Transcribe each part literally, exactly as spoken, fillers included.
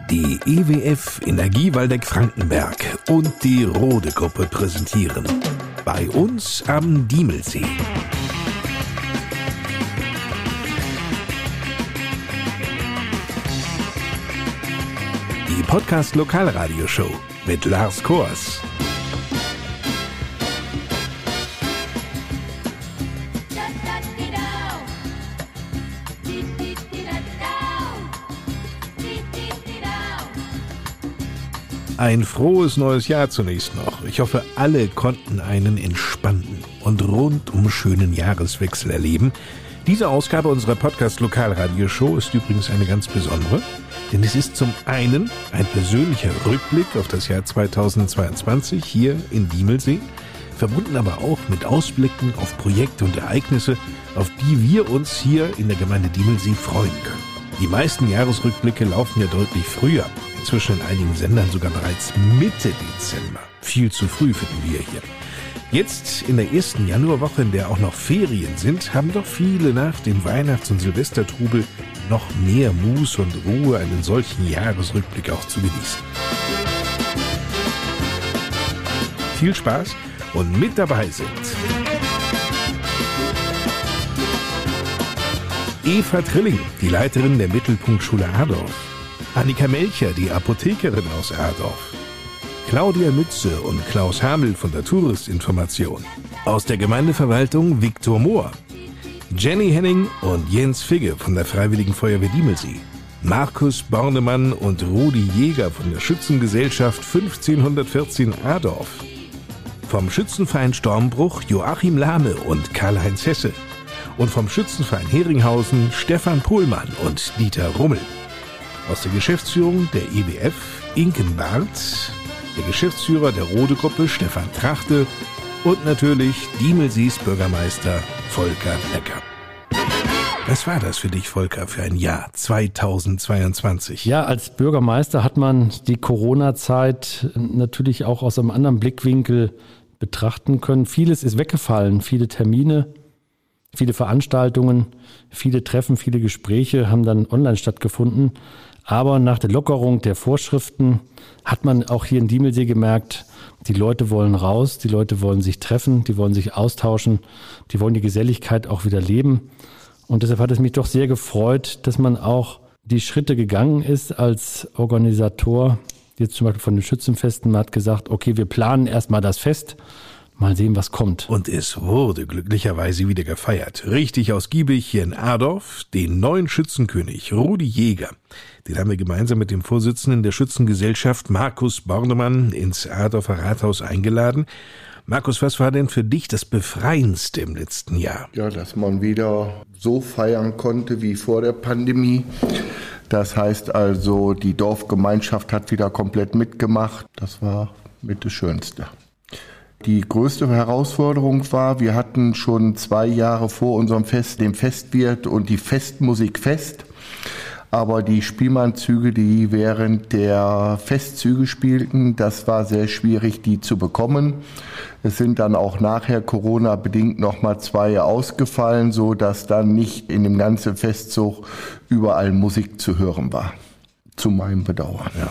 Die E W F Energie Waldeck-Frankenberg und die Rode-Gruppe präsentieren bei uns am Diemelsee. Die Podcast-Lokalradioshow mit Lars Kors. Ein frohes neues Jahr zunächst noch. Ich hoffe, alle konnten einen entspannten und rundum schönen Jahreswechsel erleben. Diese Ausgabe unserer Podcast-Lokalradioshow ist übrigens eine ganz besondere, denn es ist zum einen ein persönlicher Rückblick auf das Jahr zweitausendzweiundzwanzig hier in Diemelsee, verbunden aber auch mit Ausblicken auf Projekte und Ereignisse, auf die wir uns hier in der Gemeinde Diemelsee freuen können. Die meisten Jahresrückblicke laufen ja deutlich früher, inzwischen in einigen Sendern sogar bereits Mitte Dezember. Viel zu früh finden wir hier. Jetzt in der ersten Januarwoche, in der auch noch Ferien sind, haben doch viele nach dem Weihnachts- und Silvestertrubel noch mehr Muße und Ruhe, einen solchen Jahresrückblick auch zu genießen. Viel Spaß und mit dabei sind Eva Trilling, die Leiterin der Mittelpunktschule Adorf, Annika Melcher, die Apothekerin aus Adorf, Claudia Mütze und Klaus Hamel von der Touristinformation, aus der Gemeindeverwaltung Viktor Mohr, Jenny Henning und Jens Figge von der Freiwilligen Feuerwehr Diemelsee, Markus Bornemann und Rudi Jäger von der Schützengesellschaft fünfzehnhundertvierzehn Adorf, vom Schützenverein Stormbruch Joachim Lahme und Karl-Heinz Hesse und vom Schützenverein Heringhausen Stefan Pohlmann und Dieter Rummel. Aus der Geschäftsführung der E W F Inken Barth, der Geschäftsführer der Rode-Gruppe Stefan Trachte und natürlich Diemelsees Bürgermeister Volker Becker. Was war das für dich, Volker, für ein Jahr zweitausendzweiundzwanzig? Ja, als Bürgermeister hat man die Corona-Zeit natürlich auch aus einem anderen Blickwinkel betrachten können. Vieles ist weggefallen, viele Termine, viele Veranstaltungen, viele Treffen, viele Gespräche haben dann online stattgefunden. Aber nach der Lockerung der Vorschriften hat man auch hier in Diemelsee gemerkt, die Leute wollen raus, die Leute wollen sich treffen, die wollen sich austauschen, die wollen die Geselligkeit auch wieder leben. Und deshalb hat es mich doch sehr gefreut, dass man auch die Schritte gegangen ist als Organisator. Jetzt zum Beispiel von den Schützenfesten, man hat gesagt, okay, wir planen erstmal das Fest. Mal sehen, was kommt. Und es wurde glücklicherweise wieder gefeiert. Richtig ausgiebig hier in Adorf, den neuen Schützenkönig Rudi Jäger. Den haben wir gemeinsam mit dem Vorsitzenden der Schützengesellschaft Markus Bornemann ins Adorfer Rathaus eingeladen. Markus, was war denn für dich das Befreiendste im letzten Jahr? Ja, dass man wieder so feiern konnte wie vor der Pandemie. Das heißt also, die Dorfgemeinschaft hat wieder komplett mitgemacht. Das war mit das Schönste. Die größte Herausforderung war, wir hatten schon zwei Jahre vor unserem Fest den Festwirt und die Festmusik fest. Aber die Spielmannzüge, die während der Festzüge spielten, das war sehr schwierig, die zu bekommen. Es sind dann auch nachher Corona-bedingt nochmal zwei ausgefallen, so dass dann nicht in dem ganzen Festzug überall Musik zu hören war. Zu meinem Bedauern. Ja.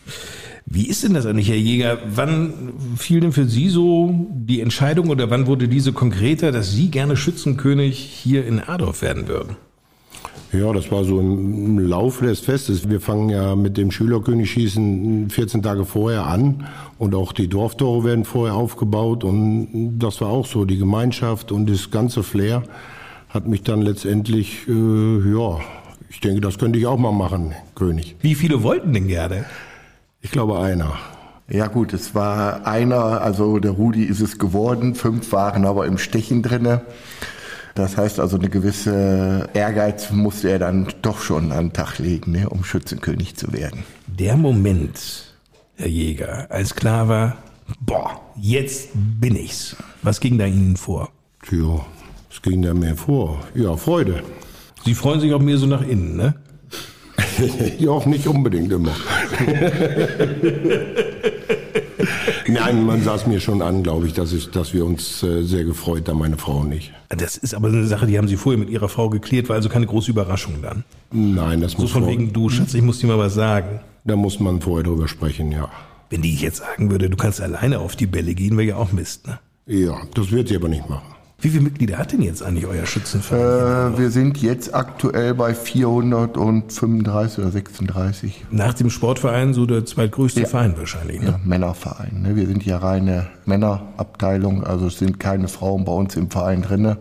Wie ist denn das eigentlich, Herr Jäger? Wann fiel denn für Sie so die Entscheidung oder wann wurde diese konkreter, dass Sie gerne Schützenkönig hier in Adorf werden würden? Ja, das war so im Laufe des Festes. Wir fangen ja mit dem Schülerkönigschießen vierzehn Tage vorher an und auch die Dorftore werden vorher aufgebaut und das war auch so. Die Gemeinschaft und das ganze Flair hat mich dann letztendlich, äh, ja, ich denke, das könnte ich auch mal machen, König. Wie viele wollten denn gerne? Ich glaube einer. Ja gut, es war einer, also der Rudi ist es geworden, fünf waren aber im Stechen drinne. Das heißt also, eine gewisse Ehrgeiz musste er dann doch schon an den Tag legen, ne, um Schützenkönig zu werden. Der Moment, Herr Jäger, als klar war, boah, jetzt bin ich's. Was ging da Ihnen vor? Tja, was ging da mir vor? Ja, Freude. Sie freuen sich auch mehr so nach innen, ne? Ja, auch nicht unbedingt immer. Nein, man sah es mir schon an, glaube ich, dass, ich, dass wir uns äh, sehr gefreut haben, meine Frau und ich. Das ist aber eine Sache, die haben Sie vorher mit Ihrer Frau geklärt, war also keine große Überraschung dann? Nein, das so muss von vor... wegen, du Schatz, ich muss dir mal was sagen. Da muss man vorher drüber sprechen, ja. Wenn die jetzt sagen würde, du kannst alleine auf die Bälle gehen, wäre ja auch Mist, ne? Ja, das wird sie aber nicht machen. Wie viele Mitglieder hat denn jetzt eigentlich euer Schützenverein? Äh, wir sind jetzt aktuell bei vierhundertfünfunddreißig oder sechsunddreißig. Nach dem Sportverein so der zweitgrößte Ja. Verein wahrscheinlich, ne? Ja, Männerverein. Ne? Wir sind ja reine Männerabteilung, also es sind keine Frauen bei uns im Verein drinne.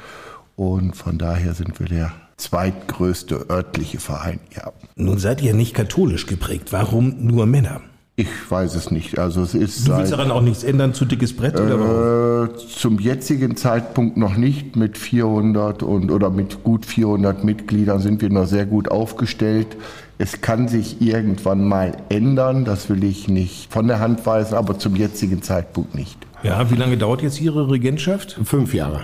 Und von daher sind wir der zweitgrößte örtliche Verein, ja. Nun seid ihr nicht katholisch geprägt. Warum nur Männer? Ich weiß es nicht. Also es ist Du willst seit, daran auch nichts ändern, zu dickes Brett oder warum? äh, zum jetzigen Zeitpunkt noch nicht. Mit vierhundert und oder mit gut vierhundert Mitgliedern sind wir noch sehr gut aufgestellt. Es kann sich irgendwann mal ändern, das will ich nicht von der Hand weisen, aber zum jetzigen Zeitpunkt nicht. Ja, wie lange dauert jetzt Ihre Regentschaft? Fünf Jahre.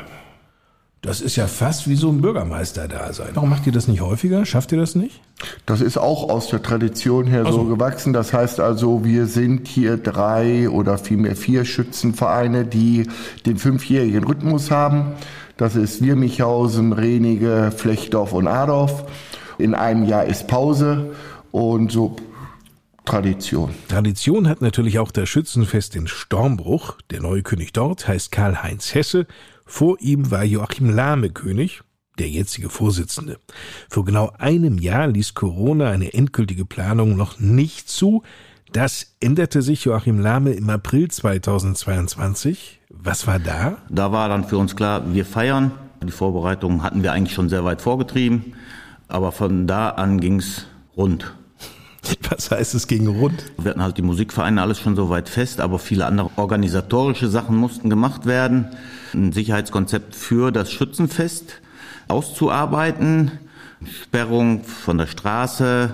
Das ist ja fast wie so ein Bürgermeister da sein. Warum macht ihr das nicht häufiger? Schafft ihr das nicht? Das ist auch aus der Tradition her Ach so. so gewachsen. Das heißt also, wir sind hier drei oder vielmehr vier Schützenvereine, die den fünfjährigen Rhythmus haben. Das ist Wirmichhausen, Renige, Flechtdorf und Adorf. In einem Jahr ist Pause und so Tradition. Tradition hat natürlich auch das Schützenfest in Stormbruch. Der neue König dort heißt Karl-Heinz Hesse. Vor ihm war Joachim Lahme König, der jetzige Vorsitzende. Vor genau einem Jahr ließ Corona eine endgültige Planung noch nicht zu. Das änderte sich, Joachim Lahme, im April zweitausendzweiundzwanzig. Was war da? Da war dann für uns klar, wir feiern. Die Vorbereitungen hatten wir eigentlich schon sehr weit vorgetrieben. Aber von da an ging's rund. Was heißt es gegen rund? Wir hatten halt die Musikvereine alles schon so weit fest, aber viele andere organisatorische Sachen mussten gemacht werden. Ein Sicherheitskonzept für das Schützenfest auszuarbeiten, Sperrung von der Straße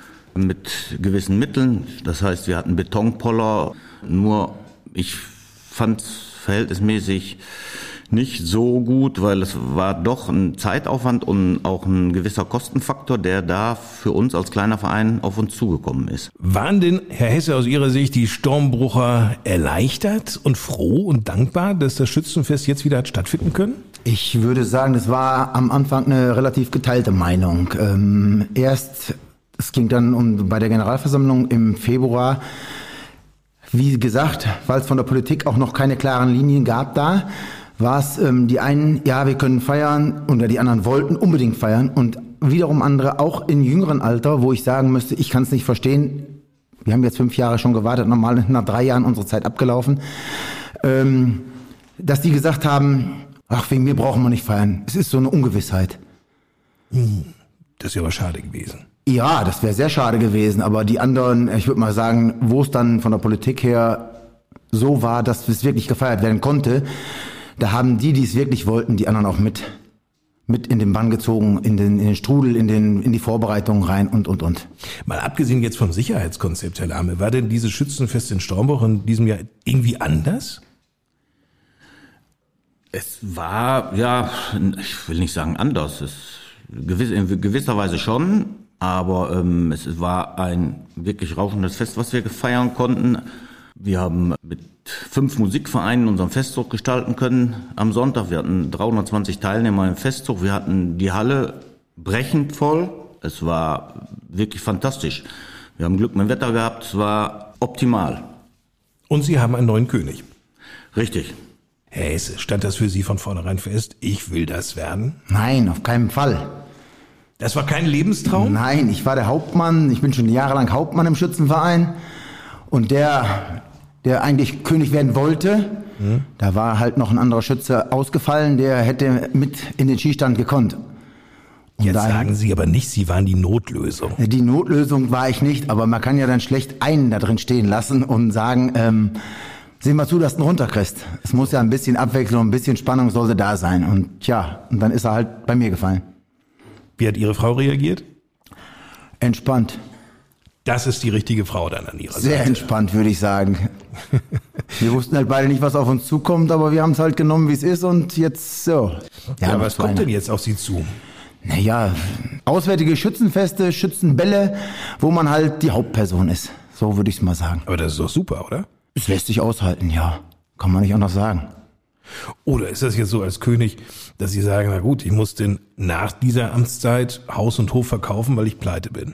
mit gewissen Mitteln. Das heißt, wir hatten Betonpoller, nur ich fand es verhältnismäßig nicht so gut, weil es war doch ein Zeitaufwand und auch ein gewisser Kostenfaktor, der da für uns als kleiner Verein auf uns zugekommen ist. Waren denn, Herr Hesse, aus Ihrer Sicht die Stormbrucher erleichtert und froh und dankbar, dass das Schützenfest jetzt wieder hat stattfinden können? Ich würde sagen, es war am Anfang eine relativ geteilte Meinung. Ähm, erst, es ging dann um bei der Generalversammlung im Februar, wie gesagt, weil es von der Politik auch noch keine klaren Linien gab da, war es ähm, die einen, ja, wir können feiern, und die anderen wollten unbedingt feiern, und wiederum andere, auch in jüngeren Alter, wo ich sagen müsste, ich kann es nicht verstehen, wir haben jetzt fünf Jahre schon gewartet, normal nach drei Jahren unsere Zeit abgelaufen, ähm, dass die gesagt haben, ach, wegen mir brauchen wir nicht feiern, es ist so eine Ungewissheit. Das ist ja aber schade gewesen. Ja, das wäre sehr schade gewesen, aber die anderen, ich würde mal sagen, wo es dann von der Politik her so war, dass es wirklich gefeiert werden konnte, da haben die, die es wirklich wollten, die anderen auch mit, mit in den Bann gezogen, in den, in den Strudel, in den, in die Vorbereitungen rein und, und, und. Mal abgesehen jetzt vom Sicherheitskonzept, Herr Lahme, war denn dieses Schützenfest in Stormbruch in diesem Jahr irgendwie anders? Es war, ja, ich will nicht sagen anders, es gewiss, in gewisser Weise schon, aber ähm, es war ein wirklich rauschendes Fest, was wir feiern konnten. Wir haben mit fünf Musikvereinen unseren Festzug gestalten können am Sonntag. Wir hatten dreihundertzwanzig Teilnehmer im Festzug. Wir hatten die Halle brechend voll. Es war wirklich fantastisch. Wir haben Glück mit dem Wetter gehabt. Es war optimal. Und Sie haben einen neuen König. Richtig. Herr Hesse, stand das für Sie von vornherein fest? Ich will das werden? Nein, auf keinen Fall. Das war kein Lebenstraum? Nein, ich war der Hauptmann, ich bin schon jahrelang Hauptmann im Schützenverein, und der, der eigentlich König werden wollte, mhm. da war halt noch ein anderer Schütze ausgefallen, der hätte mit in den Skistand gekonnt. Und Jetzt daher, sagen Sie aber nicht, Sie waren die Notlösung. Die Notlösung war ich nicht, aber man kann ja dann schlecht einen da drin stehen lassen und sagen, ähm, sieh mal zu, dass du ihn runterkriegst. Es muss ja ein bisschen Abwechslung, ein bisschen Spannung sollte da sein. Und tja, und dann ist er halt bei mir gefallen. Wie hat Ihre Frau reagiert? Entspannt. Das ist die richtige Frau dann an Ihrer Seite. Sehr entspannt, würde ich sagen. Wir wussten halt beide nicht, was auf uns zukommt, aber wir haben es halt genommen, wie es ist, und jetzt so. Ja, ja, was kommt denn jetzt auf Sie zu? Naja, auswärtige Schützenfeste, Schützenbälle, wo man halt die Hauptperson ist. So würde ich es mal sagen. Aber das ist doch super, oder? Es lässt sich aushalten, ja. Kann man nicht anders sagen. Oder ist das jetzt so als König, dass Sie sagen, na gut, ich muss denn nach dieser Amtszeit Haus und Hof verkaufen, weil ich pleite bin?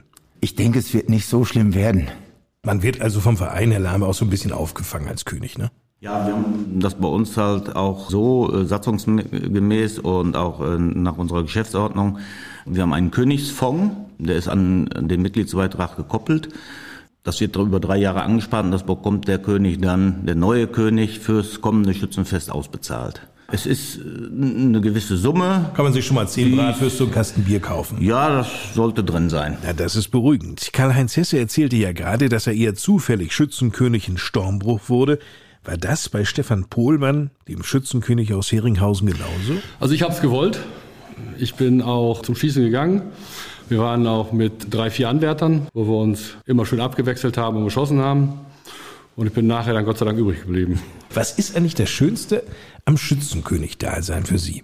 Ich denke, es wird nicht so schlimm werden. Man wird also vom Verein, Herr Lahme, auch so ein bisschen aufgefangen als König, ne? Ja, wir haben das bei uns halt auch so äh, satzungsgemäß und auch äh, nach unserer Geschäftsordnung. Wir haben einen Königsfonds, der ist an den Mitgliedsbeitrag gekoppelt. Das wird über drei Jahre angespart und das bekommt der König dann, der neue König, fürs kommende Schützenfest ausbezahlt. Es ist eine gewisse Summe. Kann man sich schon mal zehn Bratwürste und einen Kasten Bier kaufen? Ja, das sollte drin sein. Ja, das ist beruhigend. Karl-Heinz Hesse erzählte ja gerade, dass er eher zufällig Schützenkönig in Stormbruch wurde. War das bei Stefan Pohlmann, dem Schützenkönig aus Heringhausen, genauso? Also ich habe es gewollt. Ich bin auch zum Schießen gegangen. Wir waren auch mit drei, vier Anwärtern, wo wir uns immer schön abgewechselt haben und geschossen haben. Und ich bin nachher dann Gott sei Dank übrig geblieben. Was ist eigentlich das Schönste am Schützenkönig-Dasein für Sie?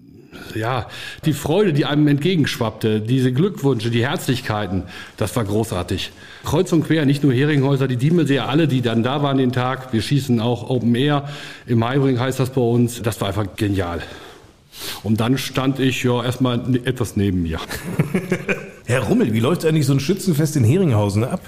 Ja, die Freude, die einem entgegenschwappte, diese Glückwünsche, die Herzlichkeiten, das war großartig. Kreuz und quer, nicht nur Heringhäuser, die Diemelseer, alle, die dann da waren den Tag. Wir schießen auch Open Air. Im Maibring heißt das bei uns. Das war einfach genial. Und dann stand ich ja erstmal etwas neben mir. Herr Rummel, wie läuft eigentlich so ein Schützenfest in Heringhausen ab?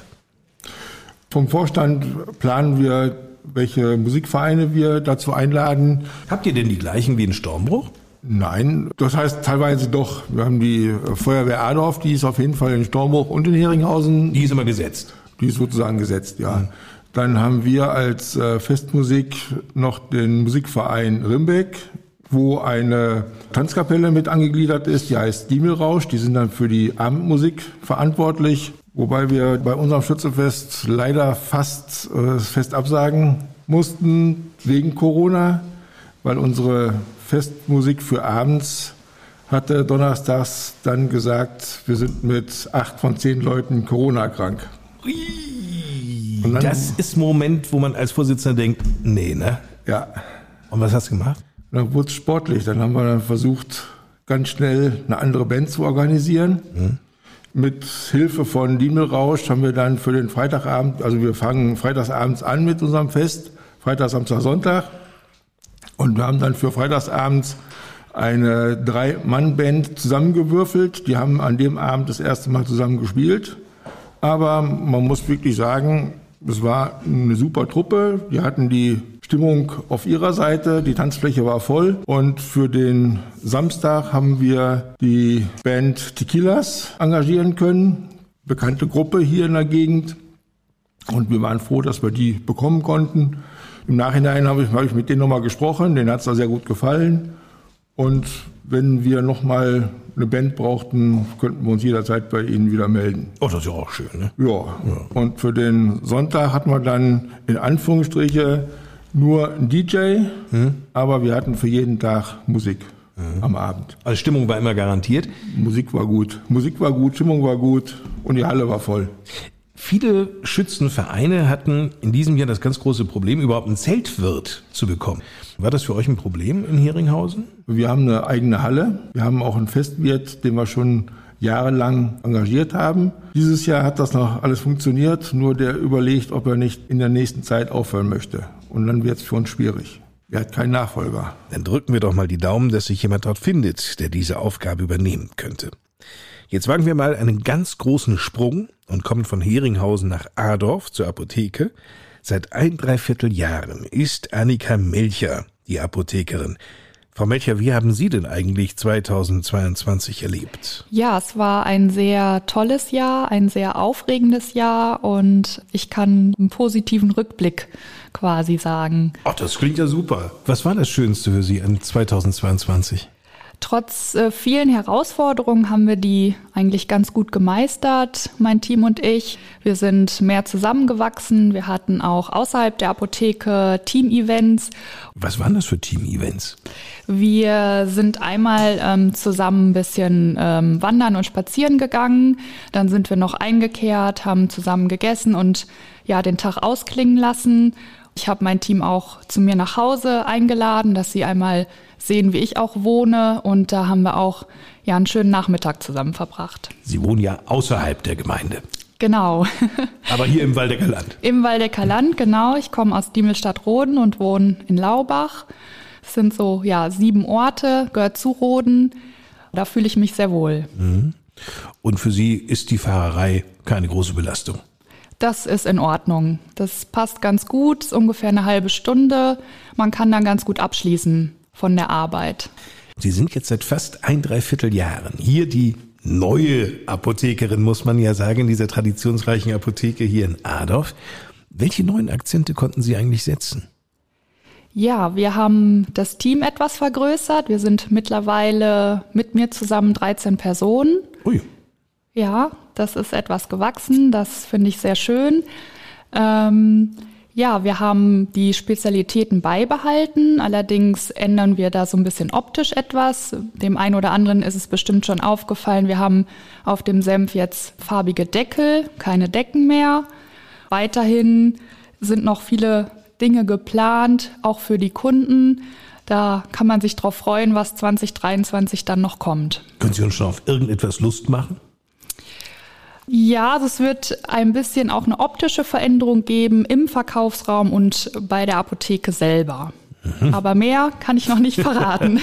Vom Vorstand planen wir, welche Musikvereine wir dazu einladen. Habt ihr denn die gleichen wie in Stormbruch? Nein, das heißt teilweise doch. Wir haben die Feuerwehr Adorf, die ist auf jeden Fall in Stormbruch und in Heringhausen. Die ist immer gesetzt? Die ist sozusagen gesetzt, ja. Mhm. Dann haben wir als äh, Festmusik noch den Musikverein Rimbeck, wo eine Tanzkapelle mit angegliedert ist, die heißt Diemelrausch. Die sind dann für die Abendmusik verantwortlich. Wobei wir bei unserem Schützenfest leider fast äh, das Fest absagen mussten wegen Corona, weil unsere Festmusik für abends hatte donnerstags dann gesagt, wir sind mit acht von zehn Leuten Corona krank. Ui, dann, das ist ein Moment, wo man als Vorsitzender denkt, nee, ne? Ja. Und was hast du gemacht? Dann wurde es sportlich. Dann haben wir dann versucht, ganz schnell eine andere Band zu organisieren. Hm. Mit Hilfe von Diemelrausch haben wir dann für den Freitagabend, also wir fangen freitagsabends an mit unserem Fest, Freitag, Samstag, Sonntag. Und wir haben dann für freitagsabends eine Drei-Mann-Band zusammengewürfelt. Die haben an dem Abend das erste Mal zusammen gespielt. Aber man muss wirklich sagen, es war eine super Truppe. Die hatten die Stimmung auf ihrer Seite, die Tanzfläche war voll. Und für den Samstag haben wir die Band Tequilas engagieren können, bekannte Gruppe hier in der Gegend. Und wir waren froh, dass wir die bekommen konnten. Im Nachhinein habe ich, habe ich mit denen nochmal gesprochen, denen hat es da sehr gut gefallen. Und wenn wir nochmal eine Band brauchten, könnten wir uns jederzeit bei ihnen wieder melden. Oh, das ist ja auch schön, ne? Ja. ja. Und für den Sonntag hatten wir dann in Anführungsstriche nur ein D J, hm? aber wir hatten für jeden Tag Musik hm. am Abend. Also Stimmung war immer garantiert? Musik war gut. Musik war gut, Stimmung war gut und die Halle war voll. Viele Schützenvereine hatten in diesem Jahr das ganz große Problem, überhaupt einen Zeltwirt zu bekommen. War das für euch ein Problem in Heringhausen? Wir haben eine eigene Halle. Wir haben auch einen Festwirt, den wir schon jahrelang engagiert haben. Dieses Jahr hat das noch alles funktioniert, nur der überlegt, ob er nicht in der nächsten Zeit aufhören möchte. Und dann wird es für uns schwierig. Er hat keinen Nachfolger. Dann drücken wir doch mal die Daumen, dass sich jemand dort findet, der diese Aufgabe übernehmen könnte. Jetzt wagen wir mal einen ganz großen Sprung und kommen von Heringhausen nach Adorf zur Apotheke. Seit ein Dreivierteljahren ist Annika Melcher die Apothekerin. Frau Melcher, wie haben Sie denn eigentlich zweitausendzweiundzwanzig erlebt? Ja, es war ein sehr tolles Jahr, ein sehr aufregendes Jahr und ich kann einen positiven Rückblick quasi sagen. Ach, das klingt ja super. Was war das Schönste für Sie an zweitausendzweiundzwanzig? Trotz äh, vielen Herausforderungen haben wir die eigentlich ganz gut gemeistert, mein Team und ich. Wir sind mehr zusammengewachsen. Wir hatten auch außerhalb der Apotheke Team-Events. Was waren das für Team-Events? Wir sind einmal ähm, zusammen ein bisschen ähm, wandern und spazieren gegangen. Dann sind wir noch eingekehrt, haben zusammen gegessen und ja den Tag ausklingen lassen. Ich habe mein Team auch zu mir nach Hause eingeladen, dass sie einmal sehen, wie ich auch wohne. Und da haben wir auch ja einen schönen Nachmittag zusammen verbracht. Sie wohnen ja außerhalb der Gemeinde. Genau. Aber hier im Waldecker Land. Im Waldecker Land, genau. Ich komme aus Diemelstadt-Roden und wohne in Laubach. Es sind so ja sieben Orte, gehört zu Roden. Da fühle ich mich sehr wohl. Mhm. Und für Sie ist die Fahrerei keine große Belastung? Das ist in Ordnung. Das passt ganz gut, ist ungefähr eine halbe Stunde. Man kann dann ganz gut abschließen von der Arbeit. Sie sind jetzt seit fast ein Dreivierteljahren hier die neue Apothekerin, muss man ja sagen, in dieser traditionsreichen Apotheke hier in Adorf. Welche neuen Akzente konnten Sie eigentlich setzen? Ja, wir haben das Team etwas vergrößert. Wir sind mittlerweile mit mir zusammen dreizehn Personen. Ui. Ja, das ist etwas gewachsen. Das finde ich sehr schön. Ähm, ja, wir haben die Spezialitäten beibehalten. Allerdings ändern wir da so ein bisschen optisch etwas. Dem einen oder anderen ist es bestimmt schon aufgefallen. Wir haben auf dem Senf jetzt farbige Deckel, keine Decken mehr. Weiterhin sind noch viele Dinge geplant, auch für die Kunden. Da kann man sich drauf freuen, was zwanzig dreiundzwanzig dann noch kommt. Können Sie uns schon auf irgendetwas Lust machen? Ja, also es wird ein bisschen auch eine optische Veränderung geben im Verkaufsraum und bei der Apotheke selber. Mhm. Aber mehr kann ich noch nicht verraten.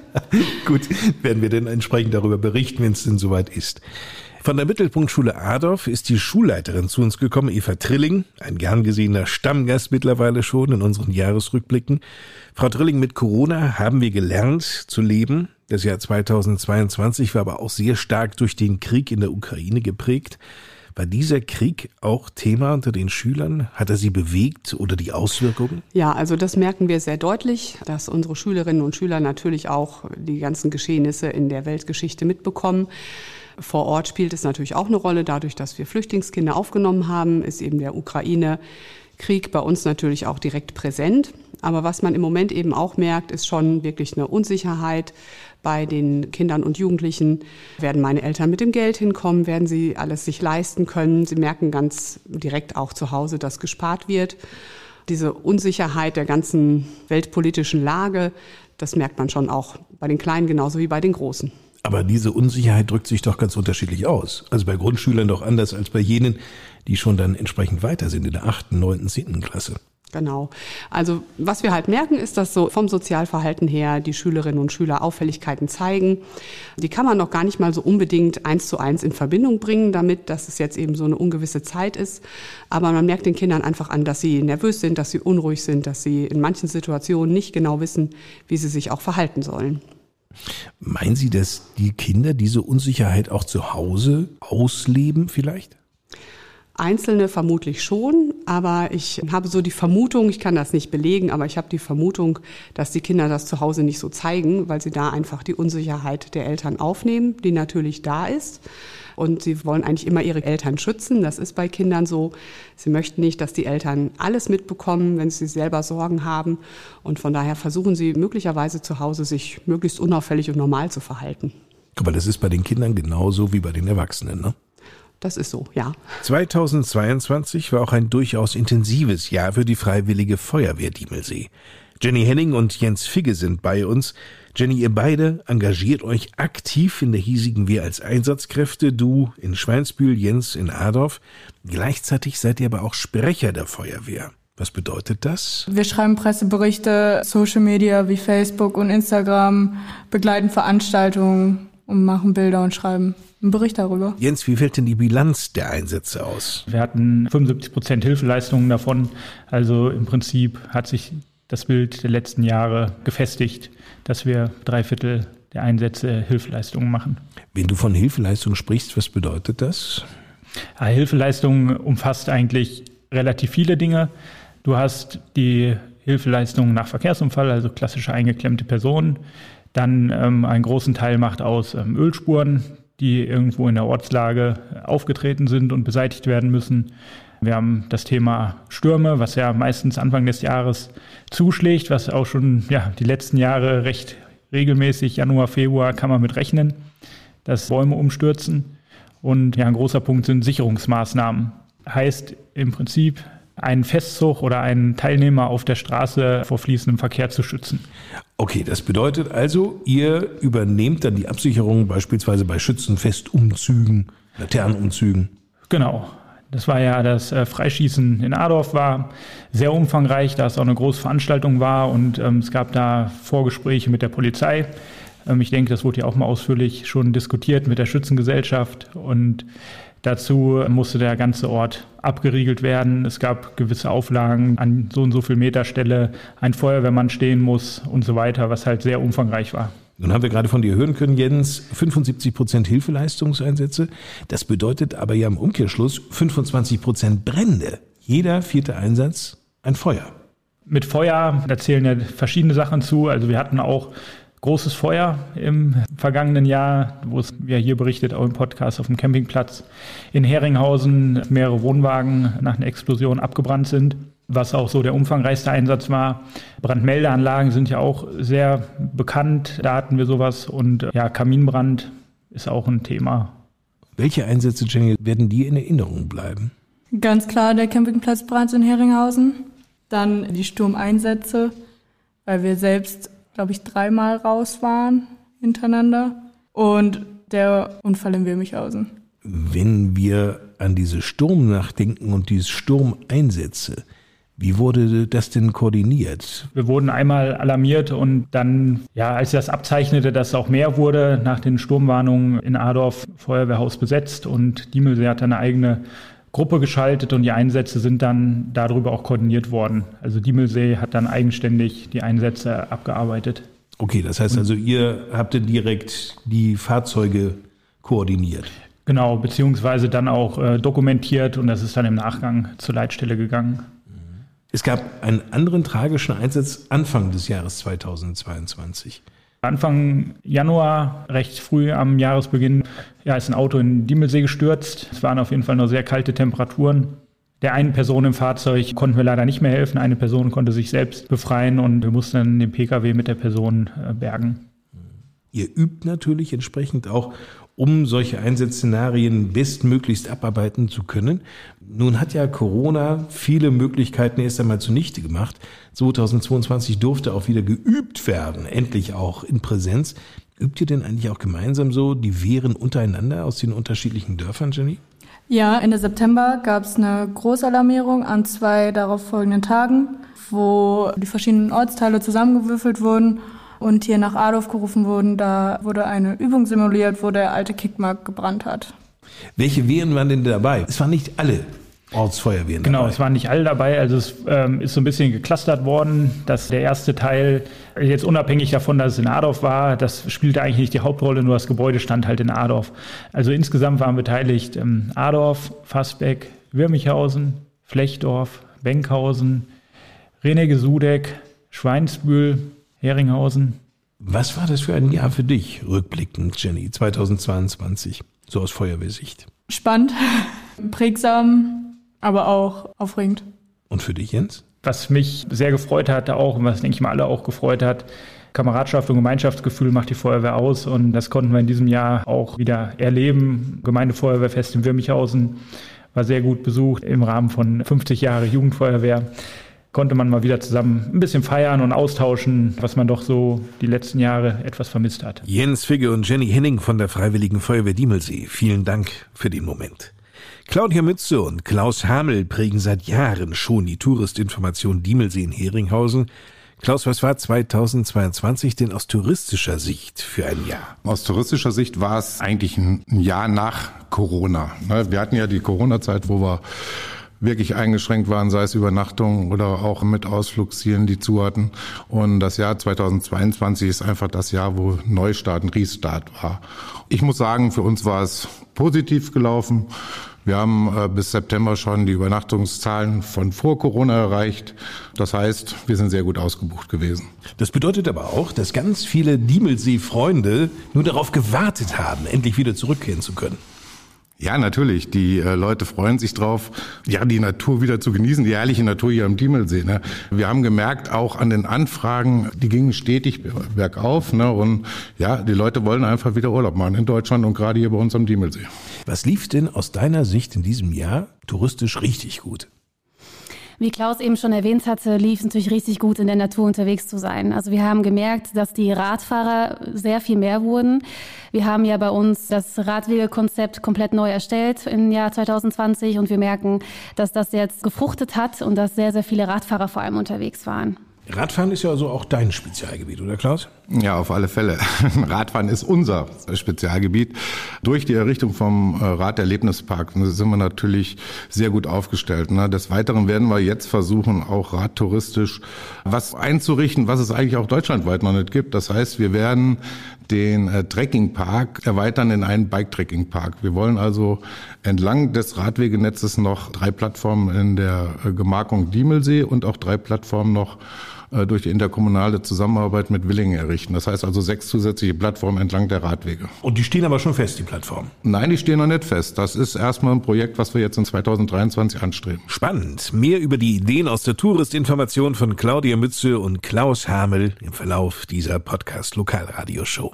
Gut, werden wir denn entsprechend darüber berichten, wenn es denn soweit ist. Von der Mittelpunktschule Adorf ist die Schulleiterin zu uns gekommen, Eva Trilling, ein gern gesehener Stammgast mittlerweile schon in unseren Jahresrückblicken. Frau Trilling, mit Corona haben wir gelernt zu leben. Das Jahr zweitausendzweiundzwanzig war aber auch sehr stark durch den Krieg in der Ukraine geprägt. War dieser Krieg auch Thema unter den Schülern? Hat er sie bewegt oder die Auswirkungen? Ja, also das merken wir sehr deutlich, dass unsere Schülerinnen und Schüler natürlich auch die ganzen Geschehnisse in der Weltgeschichte mitbekommen. Vor Ort spielt es natürlich auch eine Rolle. Dadurch, dass wir Flüchtlingskinder aufgenommen haben, ist eben der Ukraine-Krieg bei uns natürlich auch direkt präsent. Aber was man im Moment eben auch merkt, ist schon wirklich eine Unsicherheit bei den Kindern und Jugendlichen. Werden meine Eltern mit dem Geld hinkommen? Werden sie alles sich leisten können? Sie merken ganz direkt auch zu Hause, dass gespart wird. Diese Unsicherheit der ganzen weltpolitischen Lage, das merkt man schon auch bei den Kleinen genauso wie bei den Großen. Aber diese Unsicherheit drückt sich doch ganz unterschiedlich aus. Also bei Grundschülern doch anders als bei jenen, die schon dann entsprechend weiter sind in der achten, neunten, zehnten Klasse. Genau. Also was wir halt merken, ist, dass so vom Sozialverhalten her die Schülerinnen und Schüler Auffälligkeiten zeigen. Die kann man noch gar nicht mal so unbedingt eins zu eins in Verbindung bringen damit, dass es jetzt eben so eine ungewisse Zeit ist. Aber man merkt den Kindern einfach an, dass sie nervös sind, dass sie unruhig sind, dass sie in manchen Situationen nicht genau wissen, wie sie sich auch verhalten sollen. Meinen Sie, dass die Kinder diese Unsicherheit auch zu Hause ausleben vielleicht? Einzelne vermutlich schon, aber ich habe so die Vermutung, ich kann das nicht belegen, aber ich habe die Vermutung, dass die Kinder das zu Hause nicht so zeigen, weil sie da einfach die Unsicherheit der Eltern aufnehmen, die natürlich da ist. Und sie wollen eigentlich immer ihre Eltern schützen. Das ist bei Kindern so. Sie möchten nicht, dass die Eltern alles mitbekommen, wenn sie selber Sorgen haben. Und von daher versuchen sie möglicherweise zu Hause, sich möglichst unauffällig und normal zu verhalten. Aber das ist bei den Kindern genauso wie bei den Erwachsenen, ne? Das ist so, ja. zweitausendzweiundzwanzig war auch ein durchaus intensives Jahr für die Freiwillige Feuerwehr Diemelsee. Jenny Henning und Jens Figge sind bei uns. Jenny, ihr beide engagiert euch aktiv in der hiesigen Wehr als Einsatzkräfte. Du in Schweinsbühl, Jens in Adorf. Gleichzeitig seid ihr aber auch Sprecher der Feuerwehr. Was bedeutet das? Wir schreiben Presseberichte, Social Media wie Facebook und Instagram, begleiten Veranstaltungen und machen Bilder und schreiben einen Bericht darüber. Jens, wie fällt denn die Bilanz der Einsätze aus? Wir hatten fünfundsiebzig Prozent Hilfeleistungen davon. Also im Prinzip hat sich das Bild der letzten Jahre gefestigt, dass wir drei Viertel der Einsätze Hilfeleistungen machen. Wenn du von Hilfeleistungen sprichst, was bedeutet das? Ja, Hilfeleistung umfasst eigentlich relativ viele Dinge. Du hast die Hilfeleistung nach Verkehrsunfall, also klassische eingeklemmte Personen. Dann ähm, einen großen Teil macht aus ähm, Ölspuren, die irgendwo in der Ortslage aufgetreten sind und beseitigt werden müssen. Wir haben das Thema Stürme, was ja meistens Anfang des Jahres zuschlägt, was auch schon ja, die letzten Jahre recht regelmäßig, Januar, Februar, kann man mit rechnen, dass Bäume umstürzen. Und ja, ein großer Punkt sind Sicherungsmaßnahmen. Heißt im Prinzip, einen Festzug oder einen Teilnehmer auf der Straße vor fließendem Verkehr zu schützen. Okay, das bedeutet also, ihr übernehmt dann die Absicherung beispielsweise bei Schützenfestumzügen, Laternenumzügen. Genau. Das war ja das äh, Freischießen in Adorf, war sehr umfangreich, da es auch eine große Veranstaltung war und ähm, es gab da Vorgespräche mit der Polizei. Ich denke, das wurde ja auch mal ausführlich schon diskutiert mit der Schützengesellschaft und dazu musste der ganze Ort abgeriegelt werden. Es gab gewisse Auflagen, an so und so viel Meter Stelle ein Feuerwehrmann stehen muss und so weiter, was halt sehr umfangreich war. Nun haben wir gerade von dir hören können, Jens, fünfundsiebzig Prozent Hilfeleistungseinsätze. Das bedeutet aber ja im Umkehrschluss fünfundzwanzig Prozent Brände. Jeder vierte Einsatz ein Feuer. Mit Feuer, da zählen ja verschiedene Sachen zu. Also wir hatten auch großes Feuer im vergangenen Jahr, wo es, wie ja hier berichtet, auch im Podcast auf dem Campingplatz in Heringhausen mehrere Wohnwagen nach einer Explosion abgebrannt sind, was auch so der umfangreichste Einsatz war. Brandmeldeanlagen sind ja auch sehr bekannt, da hatten wir sowas und ja, Kaminbrand ist auch ein Thema. Welche Einsätze, Jenny, werden dir in Erinnerung bleiben? Ganz klar der Campingplatzbrand in Heringhausen, dann die Sturmeinsätze, weil wir selbst, glaube ich, dreimal raus waren hintereinander und der Unfall in Wilmichhausen. Wenn wir an diese Sturmnacht denken und diese Sturmeinsätze, wie wurde das denn koordiniert? Wir wurden einmal alarmiert und dann, ja, als das abzeichnete, dass es auch mehr wurde, nach den Sturmwarnungen in Adorf Feuerwehrhaus besetzt und Diemelsee hat eine eigene Gruppe geschaltet und die Einsätze sind dann darüber auch koordiniert worden. Also Diemelsee hat dann eigenständig die Einsätze abgearbeitet. Okay, das heißt also, ihr habt dann direkt die Fahrzeuge koordiniert? Genau, beziehungsweise dann auch äh, dokumentiert und das ist dann im Nachgang zur Leitstelle gegangen. Es gab einen anderen tragischen Einsatz Anfang des Jahres zweitausendzweiundzwanzig. Anfang Januar, recht früh am Jahresbeginn, ja, ist ein Auto in Diemelsee gestürzt. Es waren auf jeden Fall noch sehr kalte Temperaturen. Der einen Person im Fahrzeug konnten wir leider nicht mehr helfen. Eine Person konnte sich selbst befreien und wir mussten dann den P K W mit der Person äh, bergen. Ihr übt natürlich entsprechend auch, um solche Einsatzszenarien bestmöglichst abarbeiten zu können. Nun hat ja Corona viele Möglichkeiten erst einmal zunichte gemacht. zweitausendzweiundzwanzig durfte auch wieder geübt werden, endlich auch in Präsenz. Übt ihr denn eigentlich auch gemeinsam so die Wehren untereinander aus den unterschiedlichen Dörfern, Jenny? Ja, Ende September gab es eine Großalarmierung an zwei darauf folgenden Tagen, wo die verschiedenen Ortsteile zusammengewürfelt wurden und hier nach Adorf gerufen wurden. Da wurde eine Übung simuliert, wo der alte Kickmarkt gebrannt hat. Welche Wehren waren denn dabei? Es waren nicht alle Ortsfeuerwehren dabei. Genau, es waren nicht alle dabei. Also es ähm, ist so ein bisschen geclustert worden, dass der erste Teil, jetzt unabhängig davon, dass es in Adorf war, das spielte eigentlich nicht die Hauptrolle, nur das Gebäude stand halt in Adorf. Also insgesamt waren beteiligt ähm, Adorf, Fassbeck, Wirmichhausen, Flechdorf, Benkhausen, Renege-Sudeck, Schweinsbühl, Heringhausen. Was war das für ein Jahr für dich, rückblickend, Jenny, zweitausendzweiundzwanzig, so aus Feuerwehrsicht? Spannend, prägsam, aber auch aufregend. Und für dich, Jens? Was mich sehr gefreut hat auch und was, denke ich mal, alle auch gefreut hat, Kameradschaft und Gemeinschaftsgefühl macht die Feuerwehr aus und das konnten wir in diesem Jahr auch wieder erleben. Gemeindefeuerwehrfest in Wirmichhausen war sehr gut besucht im Rahmen von fünfzig Jahre Jugendfeuerwehr. Konnte man mal wieder zusammen ein bisschen feiern und austauschen, was man doch so die letzten Jahre etwas vermisst hat. Jens Figge und Jenny Henning von der Freiwilligen Feuerwehr Diemelsee, vielen Dank für den Moment. Claudia Mütze und Klaus Hamel prägen seit Jahren schon die Touristinformation Diemelsee in Heringhausen. Klaus, was war zweitausendzweiundzwanzig denn aus touristischer Sicht für ein Jahr? Aus touristischer Sicht war es eigentlich ein Jahr nach Corona. Wir hatten ja die Corona-Zeit, wo wir wirklich eingeschränkt waren, sei es Übernachtungen oder auch mit Ausflugszielen, die zu hatten. Und das Jahr zweitausendzweiundzwanzig ist einfach das Jahr, wo Neustart, ein Restart war. Ich muss sagen, für uns war es positiv gelaufen. Wir haben äh, bis September schon die Übernachtungszahlen von vor Corona erreicht. Das heißt, wir sind sehr gut ausgebucht gewesen. Das bedeutet aber auch, dass ganz viele Diemelsee-Freunde nur darauf gewartet haben, endlich wieder zurückkehren zu können. Ja, natürlich. Die äh, Leute freuen sich drauf, ja, die Natur wieder zu genießen, die herrliche Natur hier am Diemelsee. Ne? Wir haben gemerkt, auch an den Anfragen, die gingen stetig bergauf. Ne? Und ja, die Leute wollen einfach wieder Urlaub machen in Deutschland und gerade hier bei uns am Diemelsee. Was lief denn aus deiner Sicht in diesem Jahr touristisch richtig gut? Wie Klaus eben schon erwähnt hatte, lief es natürlich richtig gut, in der Natur unterwegs zu sein. Also wir haben gemerkt, dass die Radfahrer sehr viel mehr wurden. Wir haben ja bei uns das Radwegekonzept komplett neu erstellt im Jahr zweitausendzwanzig und wir merken, dass das jetzt gefruchtet hat und dass sehr, sehr viele Radfahrer vor allem unterwegs waren. Radfahren ist ja also auch dein Spezialgebiet, oder Klaus? Ja, auf alle Fälle. Radfahren ist unser Spezialgebiet. Durch die Errichtung vom Raderlebnispark sind wir natürlich sehr gut aufgestellt. Des Weiteren werden wir jetzt versuchen, auch radtouristisch was einzurichten, was es eigentlich auch deutschlandweit noch nicht gibt. Das heißt, wir werden den Trekkingpark erweitern in einen Bike-Trekking-Park. Wir wollen also entlang des Radwegenetzes noch drei Plattformen in der Gemarkung Diemelsee und auch drei Plattformen noch durch die interkommunale Zusammenarbeit mit Willingen errichten. Das heißt also sechs zusätzliche Plattformen entlang der Radwege. Und die stehen aber schon fest, die Plattformen? Nein, die stehen noch nicht fest. Das ist erstmal ein Projekt, was wir jetzt in zweitausenddreiundzwanzig anstreben. Spannend. Mehr über die Ideen aus der Touristinformation von Claudia Mütze und Klaus Hamel im Verlauf dieser Podcast-Lokalradioshow.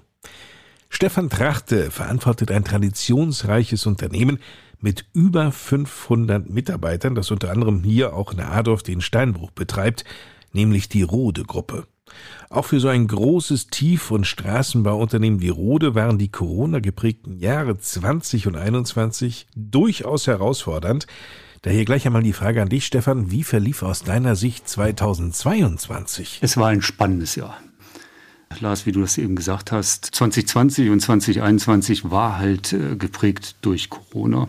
Stefan Trachte verantwortet ein traditionsreiches Unternehmen mit über fünfhundert Mitarbeitern, das unter anderem hier auch in Adorf den Steinbruch betreibt, nämlich die Rode-Gruppe. Auch für so ein großes Tief- und Straßenbauunternehmen wie Rode waren die Corona-geprägten Jahre zwanzig und einundzwanzig durchaus herausfordernd. Daher gleich einmal die Frage an dich, Stefan, wie verlief aus deiner Sicht zweitausendzweiundzwanzig? Es war ein spannendes Jahr. Lars, wie du das eben gesagt hast, zwanzig zwanzig und zwanzig einundzwanzig war halt äh, geprägt durch Corona.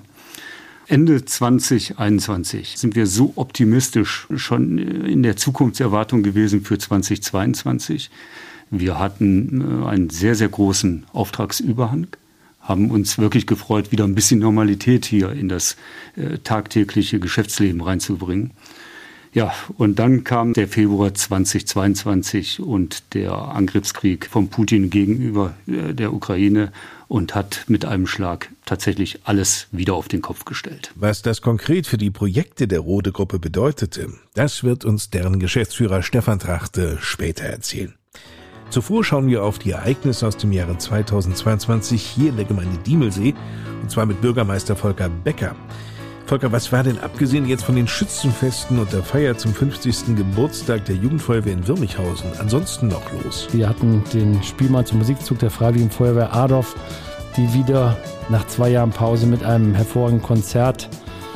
Ende zwanzig einundzwanzig sind wir so optimistisch schon in der Zukunftserwartung gewesen für zwanzig zweiundzwanzig. Wir hatten einen sehr, sehr großen Auftragsüberhang, haben uns wirklich gefreut, wieder ein bisschen Normalität hier in das äh, tagtägliche Geschäftsleben reinzubringen. Ja, und dann kam der Februar zwanzig zweiundzwanzig und der Angriffskrieg von Putin gegenüber äh, der Ukraine und hat mit einem Schlag tatsächlich alles wieder auf den Kopf gestellt. Was das konkret für die Projekte der Rode-Gruppe bedeutete, das wird uns deren Geschäftsführer Stefan Trachte später erzählen. Zuvor schauen wir auf die Ereignisse aus dem Jahre zweitausendzweiundzwanzig hier in der Gemeinde Diemelsee, und zwar mit Bürgermeister Volker Becker. Volker, was war denn abgesehen jetzt von den Schützenfesten und der Feier zum fünfzigsten Geburtstag der Jugendfeuerwehr in Wirmichhausen ansonsten noch los? Wir hatten den Spielmanns- und Musikzug der Freiwilligen Feuerwehr Adorf, die wieder nach zwei Jahren Pause mit einem hervorragenden Konzert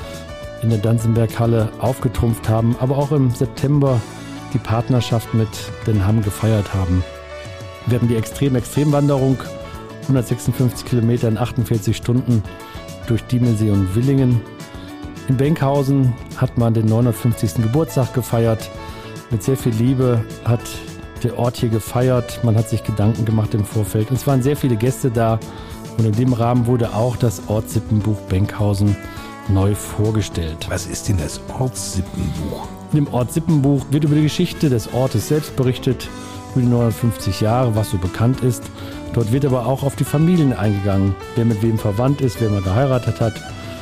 in der Danzenberghalle aufgetrumpft haben, aber auch im September die Partnerschaft mit Den Hamm gefeiert haben. Wir hatten die Extrem-Extremwanderung, hundertsechsundfünfzig Kilometer in achtundvierzig Stunden durch Diemelsee und Willingen. In Benkhausen hat man den neunhundertfünfzigsten Geburtstag gefeiert. Mit sehr viel Liebe hat der Ort hier gefeiert. Man hat sich Gedanken gemacht im Vorfeld. Es waren sehr viele Gäste da. Und in dem Rahmen wurde auch das Ortssippenbuch Benkhausen neu vorgestellt. Was ist denn das Ortssippenbuch? In dem Ortssippenbuch wird über die Geschichte des Ortes selbst berichtet, über die neunhundertfünfzig Jahre, was so bekannt ist. Dort wird aber auch auf die Familien eingegangen, wer mit wem verwandt ist, wer mal geheiratet hat,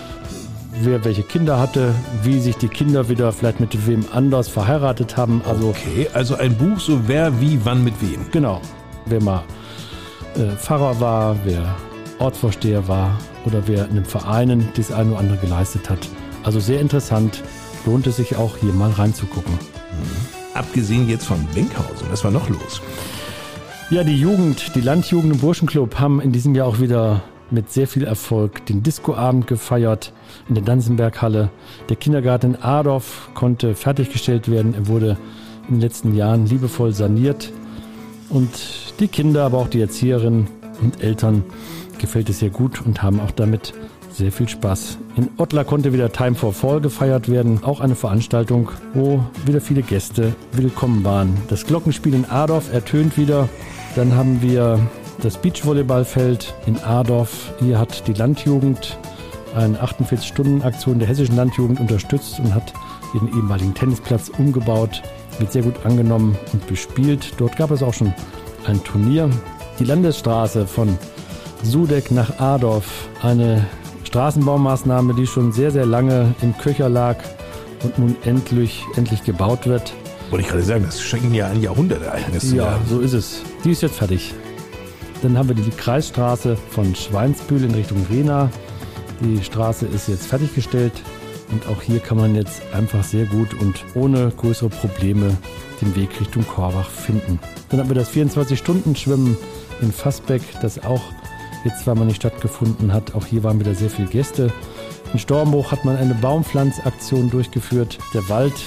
wer welche Kinder hatte, wie sich die Kinder wieder vielleicht mit wem anders verheiratet haben. Also okay, also ein Buch, so wer, wie, wann, mit wem. Genau, wer mal äh, Pfarrer war, wer Ortsvorsteher war oder wer in den Vereinen das eine oder andere geleistet hat. Also sehr interessant, lohnt es sich auch hier mal reinzugucken. Mhm. Abgesehen jetzt von Benkhausen, was war noch los? Ja, die Jugend, die Landjugend im Burschenclub haben in diesem Jahr auch wieder mit sehr viel Erfolg den Discoabend gefeiert in der Danzenberghalle. Der Kindergarten in Adorf konnte fertiggestellt werden. Er wurde in den letzten Jahren liebevoll saniert. Und die Kinder, aber auch die Erzieherinnen und Eltern gefällt es sehr gut und haben auch damit sehr viel Spaß. In Ottlar konnte wieder Time for Fall gefeiert werden. Auch eine Veranstaltung, wo wieder viele Gäste willkommen waren. Das Glockenspiel in Adorf ertönt wieder. Dann haben wir das Beachvolleyballfeld in Adorf. Hier hat die Landjugend eine achtundvierzig-Stunden-Aktion der hessischen Landjugend unterstützt und hat ihren ehemaligen Tennisplatz umgebaut. Wird sehr gut angenommen und bespielt. Dort gab es auch schon ein Turnier. Die Landesstraße von Sudeck nach Adorf, eine Straßenbaumaßnahme, die schon sehr, sehr lange im Köcher lag und nun endlich, endlich gebaut wird. Wollte ich gerade sagen, das schenken ja ein Jahrhundertereignis. Ja, so ist es. Die ist jetzt fertig. Dann haben wir die Kreisstraße von Schweinsbühl in Richtung Rehna. Die Straße ist jetzt fertiggestellt und auch hier kann man jetzt einfach sehr gut und ohne größere Probleme den Weg Richtung Korbach finden. Dann haben wir das vierundzwanzig-Stunden-Schwimmen in Fassbeck, das auch jetzt zweimal nicht stattgefunden hat. Auch hier waren wieder sehr viele Gäste. In Stormbruch hat man eine Baumpflanzaktion durchgeführt. Der Wald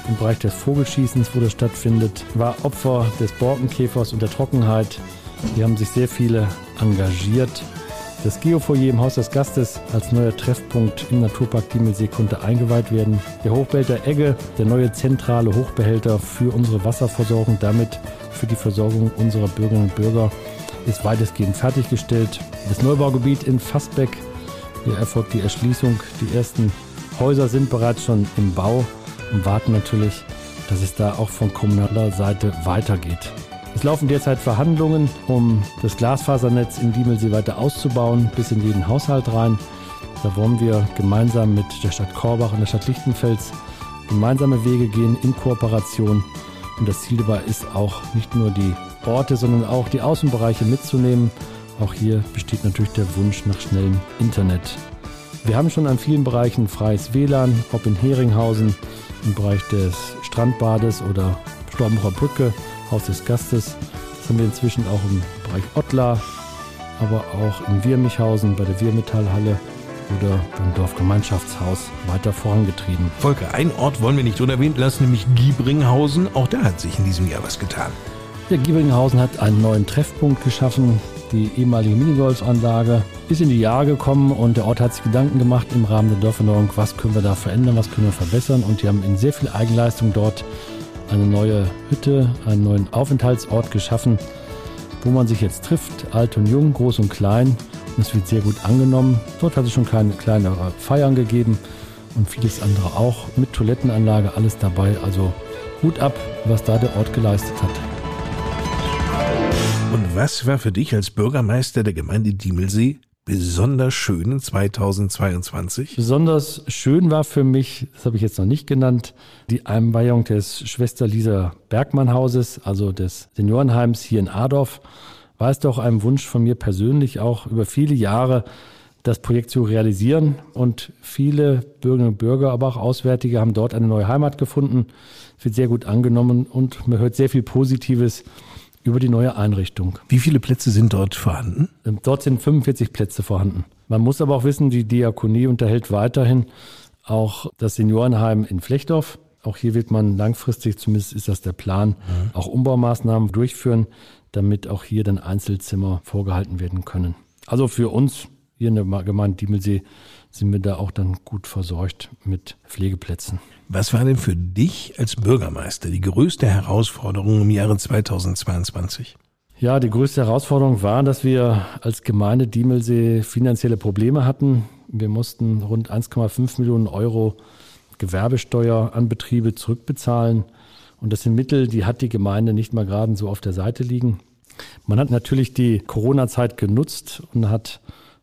im Bereich des Vogelschießens, wo das stattfindet, war Opfer des Borkenkäfers und der Trockenheit. Hier haben sich sehr viele engagiert. Das Geofoyer im Haus des Gastes als neuer Treffpunkt im Naturpark Diemelsee konnte eingeweiht werden. Der Hochbehälter Egge, der neue zentrale Hochbehälter für unsere Wasserversorgung, damit für die Versorgung unserer Bürgerinnen und Bürger, ist weitestgehend fertiggestellt. Das Neubaugebiet in Fassbeck, hier erfolgt die Erschließung. Die ersten Häuser sind bereits schon im Bau und warten natürlich, dass es da auch von kommunaler Seite weitergeht. Es laufen derzeit Verhandlungen, um das Glasfasernetz in Diemelsee weiter auszubauen, bis in jeden Haushalt rein. Da wollen wir gemeinsam mit der Stadt Korbach und der Stadt Lichtenfels gemeinsame Wege gehen in Kooperation. Und das Ziel dabei ist auch nicht nur die Orte, sondern auch die Außenbereiche mitzunehmen. Auch hier besteht natürlich der Wunsch nach schnellem Internet. Wir haben schon an vielen Bereichen freies W L A N, ob in Heringhausen, im Bereich des Strandbades oder Storbenbacher Brücke, Haus des Gastes. Das haben wir inzwischen auch im Bereich Ottlar, aber auch in Wirmichhausen bei der Wirmetallhalle oder beim Dorfgemeinschaftshaus weiter vorangetrieben. Volker, einen Ort wollen wir nicht unerwähnt lassen, nämlich Giebringhausen. Auch da hat sich in diesem Jahr was getan. Der Giebringhausen hat einen neuen Treffpunkt geschaffen. Die ehemalige Minigolfanlage ist in die Jahre gekommen und der Ort hat sich Gedanken gemacht im Rahmen der Dorferneuerung, was können wir da verändern, was können wir verbessern. Und die haben in sehr viel Eigenleistung dort eine neue Hütte, einen neuen Aufenthaltsort geschaffen, wo man sich jetzt trifft, alt und jung, groß und klein. Und es wird sehr gut angenommen. Dort hat es schon kleine, kleine Feiern gegeben und vieles andere auch. Mit Toilettenanlage, alles dabei. Also Hut ab, was da der Ort geleistet hat. Und was war für dich als Bürgermeister der Gemeinde Diemelsee besonders schön in zweitausendzweiundzwanzig? Besonders schön war für mich, das habe ich jetzt noch nicht genannt, die Einweihung des Schwester-Lisa-Bergmann-Hauses, also des Seniorenheims hier in Adorf. War es doch ein Wunsch von mir persönlich, auch über viele Jahre das Projekt zu realisieren. Und viele Bürgerinnen und Bürger, aber auch Auswärtige haben dort eine neue Heimat gefunden. Es wird sehr gut angenommen und man hört sehr viel Positives über die neue Einrichtung. Wie viele Plätze sind dort vorhanden? Dort sind fünfundvierzig Plätze vorhanden. Man muss aber auch wissen, die Diakonie unterhält weiterhin auch das Seniorenheim in Flechtdorf. Auch hier wird man langfristig, zumindest ist das der Plan, mhm. auch Umbaumaßnahmen durchführen, damit auch hier dann Einzelzimmer vorgehalten werden können. Also für uns hier in der Gemeinde Diemelsee sind wir da auch dann gut versorgt mit Pflegeplätzen. Was war denn für dich als Bürgermeister die größte Herausforderung im Jahre zweitausendzweiundzwanzig? Ja, die größte Herausforderung war, dass wir als Gemeinde Diemelsee finanzielle Probleme hatten. Wir mussten rund eins Komma fünf Millionen Euro Gewerbesteuer an Betriebe zurückbezahlen. Und das sind Mittel, die hat die Gemeinde nicht mal gerade so auf der Seite liegen. Man hat natürlich die Corona-Zeit genutzt und hat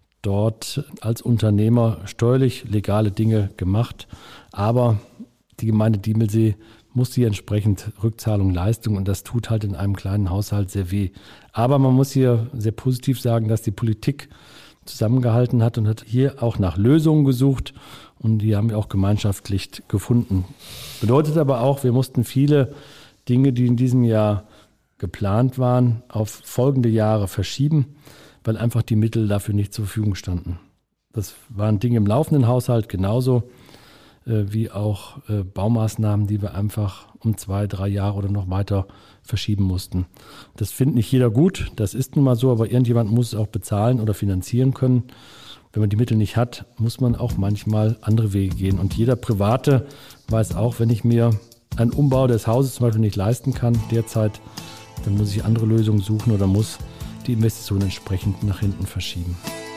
dort als Unternehmer steuerlich legale Dinge gemacht. Aber die Gemeinde Diemelsee muss die entsprechend Rückzahlung leisten und das tut halt in einem kleinen Haushalt sehr weh. Aber man muss hier sehr positiv sagen, dass die Politik zusammengehalten hat und hat hier auch nach Lösungen gesucht und die haben wir auch gemeinschaftlich gefunden. Bedeutet aber auch, wir mussten viele Dinge, die in diesem Jahr geplant waren, auf folgende Jahre verschieben, weil einfach die Mittel dafür nicht zur Verfügung standen. Das waren Dinge im laufenden Haushalt genauso äh, wie auch äh, Baumaßnahmen, die wir einfach um zwei, drei Jahre oder noch weiter verschieben mussten. Das findet nicht jeder gut, das ist nun mal so, aber irgendjemand muss es auch bezahlen oder finanzieren können. Wenn man die Mittel nicht hat, muss man auch manchmal andere Wege gehen. Und jeder Private weiß auch, wenn ich mir einen Umbau des Hauses zum Beispiel nicht leisten kann derzeit, dann muss ich andere Lösungen suchen oder muss die Investition entsprechend nach hinten verschieben.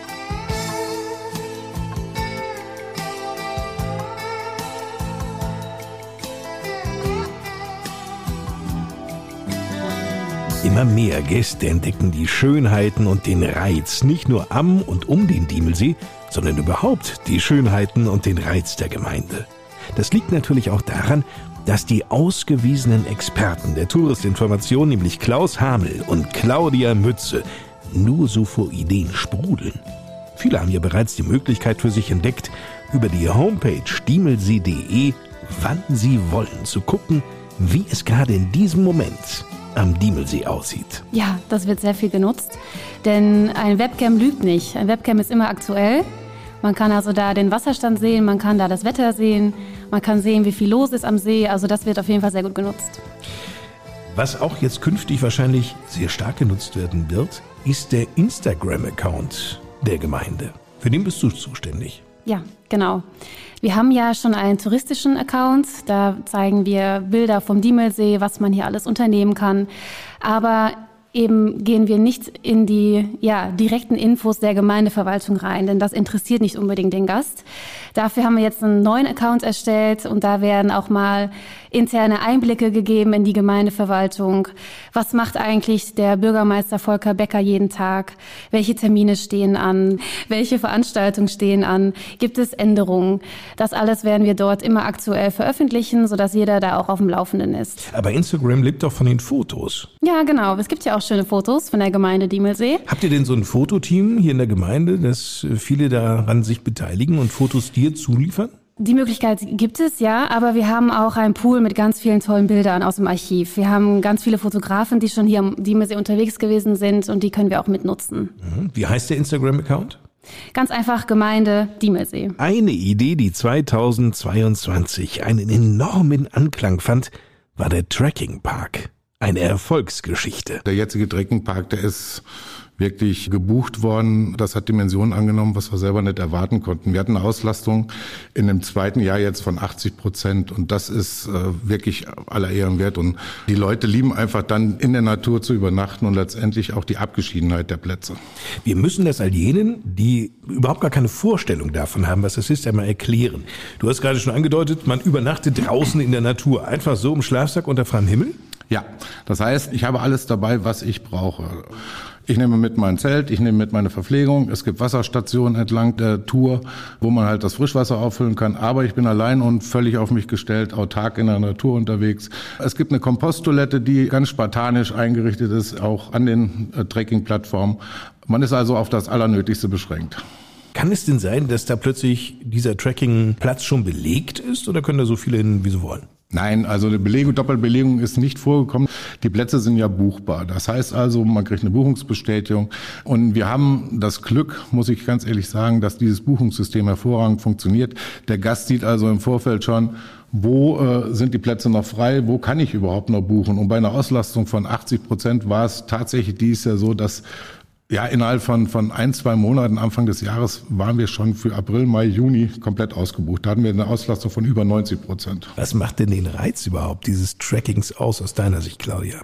Immer mehr Gäste entdecken die Schönheiten und den Reiz nicht nur am und um den Diemelsee, sondern überhaupt die Schönheiten und den Reiz der Gemeinde. Das liegt natürlich auch daran, dass die ausgewiesenen Experten der Touristinformation, nämlich Klaus Hamel und Claudia Mütze, nur so vor Ideen sprudeln. Viele haben ja bereits die Möglichkeit für sich entdeckt, über die Homepage diemelsee punkt de, wann sie wollen, zu gucken, wie es gerade in diesem Moment am Diemelsee aussieht. Ja, das wird sehr viel genutzt, denn ein Webcam lügt nicht. Ein Webcam ist immer aktuell. Man kann also da den Wasserstand sehen, man kann da das Wetter sehen Man kann sehen, wie viel los ist am See. Also das wird auf jeden Fall sehr gut genutzt. Was auch jetzt künftig wahrscheinlich sehr stark genutzt werden wird, ist der Instagram-Account der Gemeinde. Für den bist du zuständig. Ja, genau. Wir haben ja schon einen touristischen Account. Da zeigen wir Bilder vom Diemelsee, was man hier alles unternehmen kann. Aber eben gehen wir nicht in die ja, direkten Infos der Gemeindeverwaltung rein, denn das interessiert nicht unbedingt den Gast. Dafür haben wir jetzt einen neuen Account erstellt und da werden auch mal interne Einblicke gegeben in die Gemeindeverwaltung. Was macht eigentlich der Bürgermeister Volker Becker jeden Tag? Welche Termine stehen an? Welche Veranstaltungen stehen an? Gibt es Änderungen? Das alles werden wir dort immer aktuell veröffentlichen, sodass jeder da auch auf dem Laufenden ist. Aber Instagram lebt doch von den Fotos. Ja, genau. Es gibt ja auch schöne Fotos von der Gemeinde Diemelsee. Habt ihr denn so ein Fototeam hier in der Gemeinde, dass viele daran sich beteiligen und Fotos dir zuliefern? Die Möglichkeit gibt es, ja, aber wir haben auch einen Pool mit ganz vielen tollen Bildern aus dem Archiv. Wir haben ganz viele Fotografen, die schon hier am Diemelsee unterwegs gewesen sind und die können wir auch mitnutzen. Wie heißt der Instagram-Account? Ganz einfach Gemeinde Diemelsee. Eine Idee, die zweitausendzweiundzwanzig einen enormen Anklang fand, war der Trekkingpark. Eine Erfolgsgeschichte. Der jetzige Trekkingpark, der ist wirklich gebucht worden. Das hat Dimensionen angenommen, was wir selber nicht erwarten konnten. Wir hatten eine Auslastung in dem zweiten Jahr jetzt von achtzig Prozent und das ist äh, wirklich aller Ehren wert. Und die Leute lieben einfach dann in der Natur zu übernachten und letztendlich auch die Abgeschiedenheit der Plätze. Wir müssen das all jenen, die überhaupt gar keine Vorstellung davon haben, was das ist, einmal erklären. Du hast gerade schon angedeutet, man übernachtet draußen in der Natur, einfach so im Schlafsack unter freiem Himmel? Ja, das heißt, ich habe alles dabei, was ich brauche. Ich nehme mit mein Zelt, ich nehme mit meine Verpflegung. Es gibt Wasserstationen entlang der Tour, wo man halt das Frischwasser auffüllen kann. Aber ich bin allein und völlig auf mich gestellt, autark in der Natur unterwegs. Es gibt eine Komposttoilette, die ganz spartanisch eingerichtet ist, auch an den äh, Trekking-Plattformen. Man ist also auf das Allernötigste beschränkt. Kann es denn sein, dass da plötzlich dieser Trekkingplatz schon belegt ist oder können da so viele hin, wie sie wollen? Nein, also eine Belegung, Doppelbelegung ist nicht vorgekommen. Die Plätze sind ja buchbar. Das heißt also, man kriegt eine Buchungsbestätigung. Und wir haben das Glück, muss ich ganz ehrlich sagen, dass dieses Buchungssystem hervorragend funktioniert. Der Gast sieht also im Vorfeld schon, wo äh, sind die Plätze noch frei, wo kann ich überhaupt noch buchen. Und bei einer Auslastung von achtzig Prozent war es tatsächlich dieses Jahr so, dass ja, innerhalb von, von ein, zwei Monaten, Anfang des Jahres, waren wir schon für April, Mai, Juni komplett ausgebucht. Da hatten wir eine Auslastung von über neunzig Prozent. Was macht denn den Reiz überhaupt dieses Trekkings aus, aus deiner Sicht, Claudia?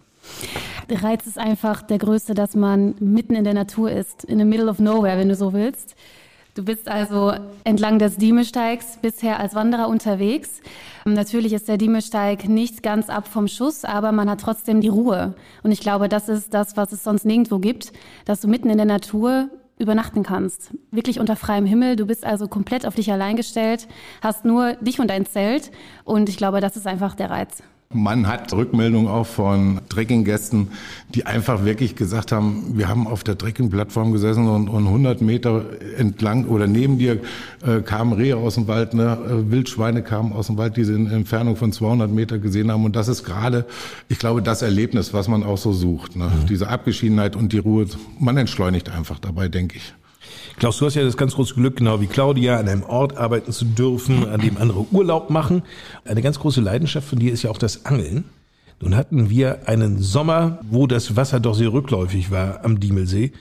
Der Reiz ist einfach der größte, dass man mitten in der Natur ist, in the middle of nowhere, wenn du so willst. Du bist also entlang des Diemelsteigs bisher als Wanderer unterwegs. Natürlich ist der Diemelsteig nicht ganz ab vom Schuss, aber man hat trotzdem die Ruhe. Und ich glaube, das ist das, was es sonst nirgendwo gibt, dass du mitten in der Natur übernachten kannst. Wirklich unter freiem Himmel. Du bist also komplett auf dich allein gestellt, hast nur dich und dein Zelt. Und ich glaube, das ist einfach der Reiz. Man hat Rückmeldungen auch von Trekkinggästen, die einfach wirklich gesagt haben, wir haben auf der Trekking-Plattform gesessen und, und hundert Meter entlang oder neben dir äh, kamen Rehe aus dem Wald, ne? äh, Wildschweine kamen aus dem Wald, die sie in Entfernung von zweihundert Meter gesehen haben. Und das ist gerade, ich glaube, das Erlebnis, was man auch so sucht. Ne? Mhm. Diese Abgeschiedenheit und die Ruhe, man entschleunigt einfach dabei, denke ich. Klaus, du hast ja das ganz große Glück, genau wie Claudia, an einem Ort arbeiten zu dürfen, an dem andere Urlaub machen. Eine ganz große Leidenschaft von dir ist ja auch das Angeln. Nun hatten wir einen Sommer, wo das Wasser doch sehr rückläufig war am Diemelsee.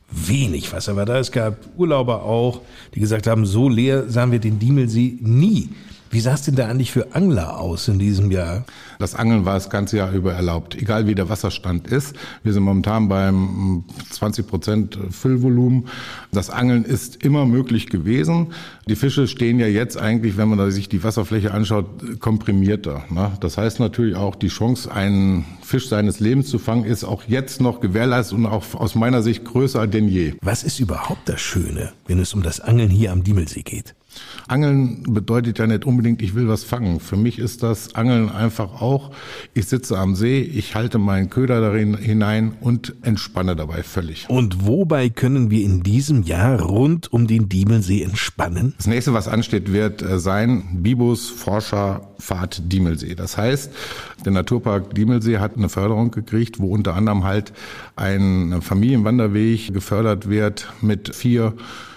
Wenig Wasser war da. Es gab Urlauber auch, die gesagt haben, so leer sahen wir den Diemelsee nie. Wie sah es denn da eigentlich für Angler aus in diesem Jahr? Das Angeln war das ganze Jahr über erlaubt, egal wie der Wasserstand ist. Wir sind momentan beim zwanzig Prozent Füllvolumen. Das Angeln ist immer möglich gewesen. Die Fische stehen ja jetzt eigentlich, wenn man sich die Wasserfläche anschaut, komprimierter. Das heißt natürlich auch, die Chance, einen Fisch seines Lebens zu fangen, ist auch jetzt noch gewährleistet und auch aus meiner Sicht größer denn je. Was ist überhaupt das Schöne, wenn es um das Angeln hier am Diemelsee geht? Angeln bedeutet ja nicht unbedingt, ich will was fangen. Für mich ist das Angeln einfach auch, ich sitze am See, ich halte meinen Köder darin hinein und entspanne dabei völlig. Und wobei können wir in diesem Jahr rund um den Diemelsee entspannen? Das nächste, was ansteht, wird sein Bibus Forscherfahrt Diemelsee. Das heißt, der Naturpark Diemelsee hat eine Förderung gekriegt, wo unter anderem halt ein Familienwanderweg gefördert wird mit vier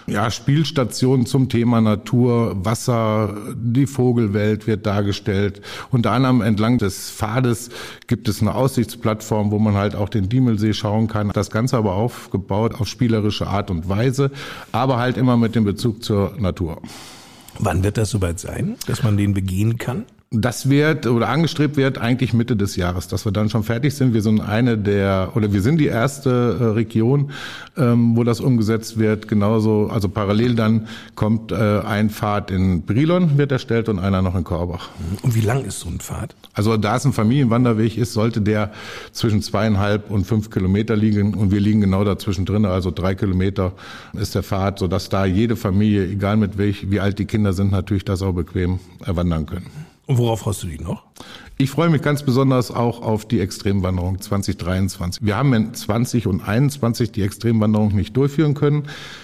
Ja, Spielstationen zum Thema Natur, Wasser, die Vogelwelt wird dargestellt. Unter anderem entlang des Pfades gibt es eine Aussichtsplattform, wo man halt auch den Diemelsee schauen kann. Das Ganze aber aufgebaut auf spielerische Art und Weise, aber halt immer mit dem Bezug zur Natur. Wann wird das soweit sein, dass man den begehen kann? Das wird oder angestrebt wird eigentlich Mitte des Jahres, dass wir dann schon fertig sind. Wir sind eine der oder wir sind die erste äh, Region, ähm, wo das umgesetzt wird. Genauso, also parallel dann kommt äh, ein Pfad in Brilon wird erstellt und einer noch in Korbach. Und wie lang ist so ein Pfad? Also da es ein Familienwanderweg ist, sollte der zwischen zweieinhalb und fünf Kilometer liegen und wir liegen genau dazwischen drin. Also drei Kilometer ist der Pfad, sodass da jede Familie, egal mit welch, wie alt die Kinder sind, natürlich das auch bequem erwandern können. Und worauf freust du dich noch? Ich freue mich ganz besonders auch auf die Extremwanderung zwanzig dreiundzwanzig. Wir haben in zwanzig und einundzwanzig die Extremwanderung nicht durchführen können.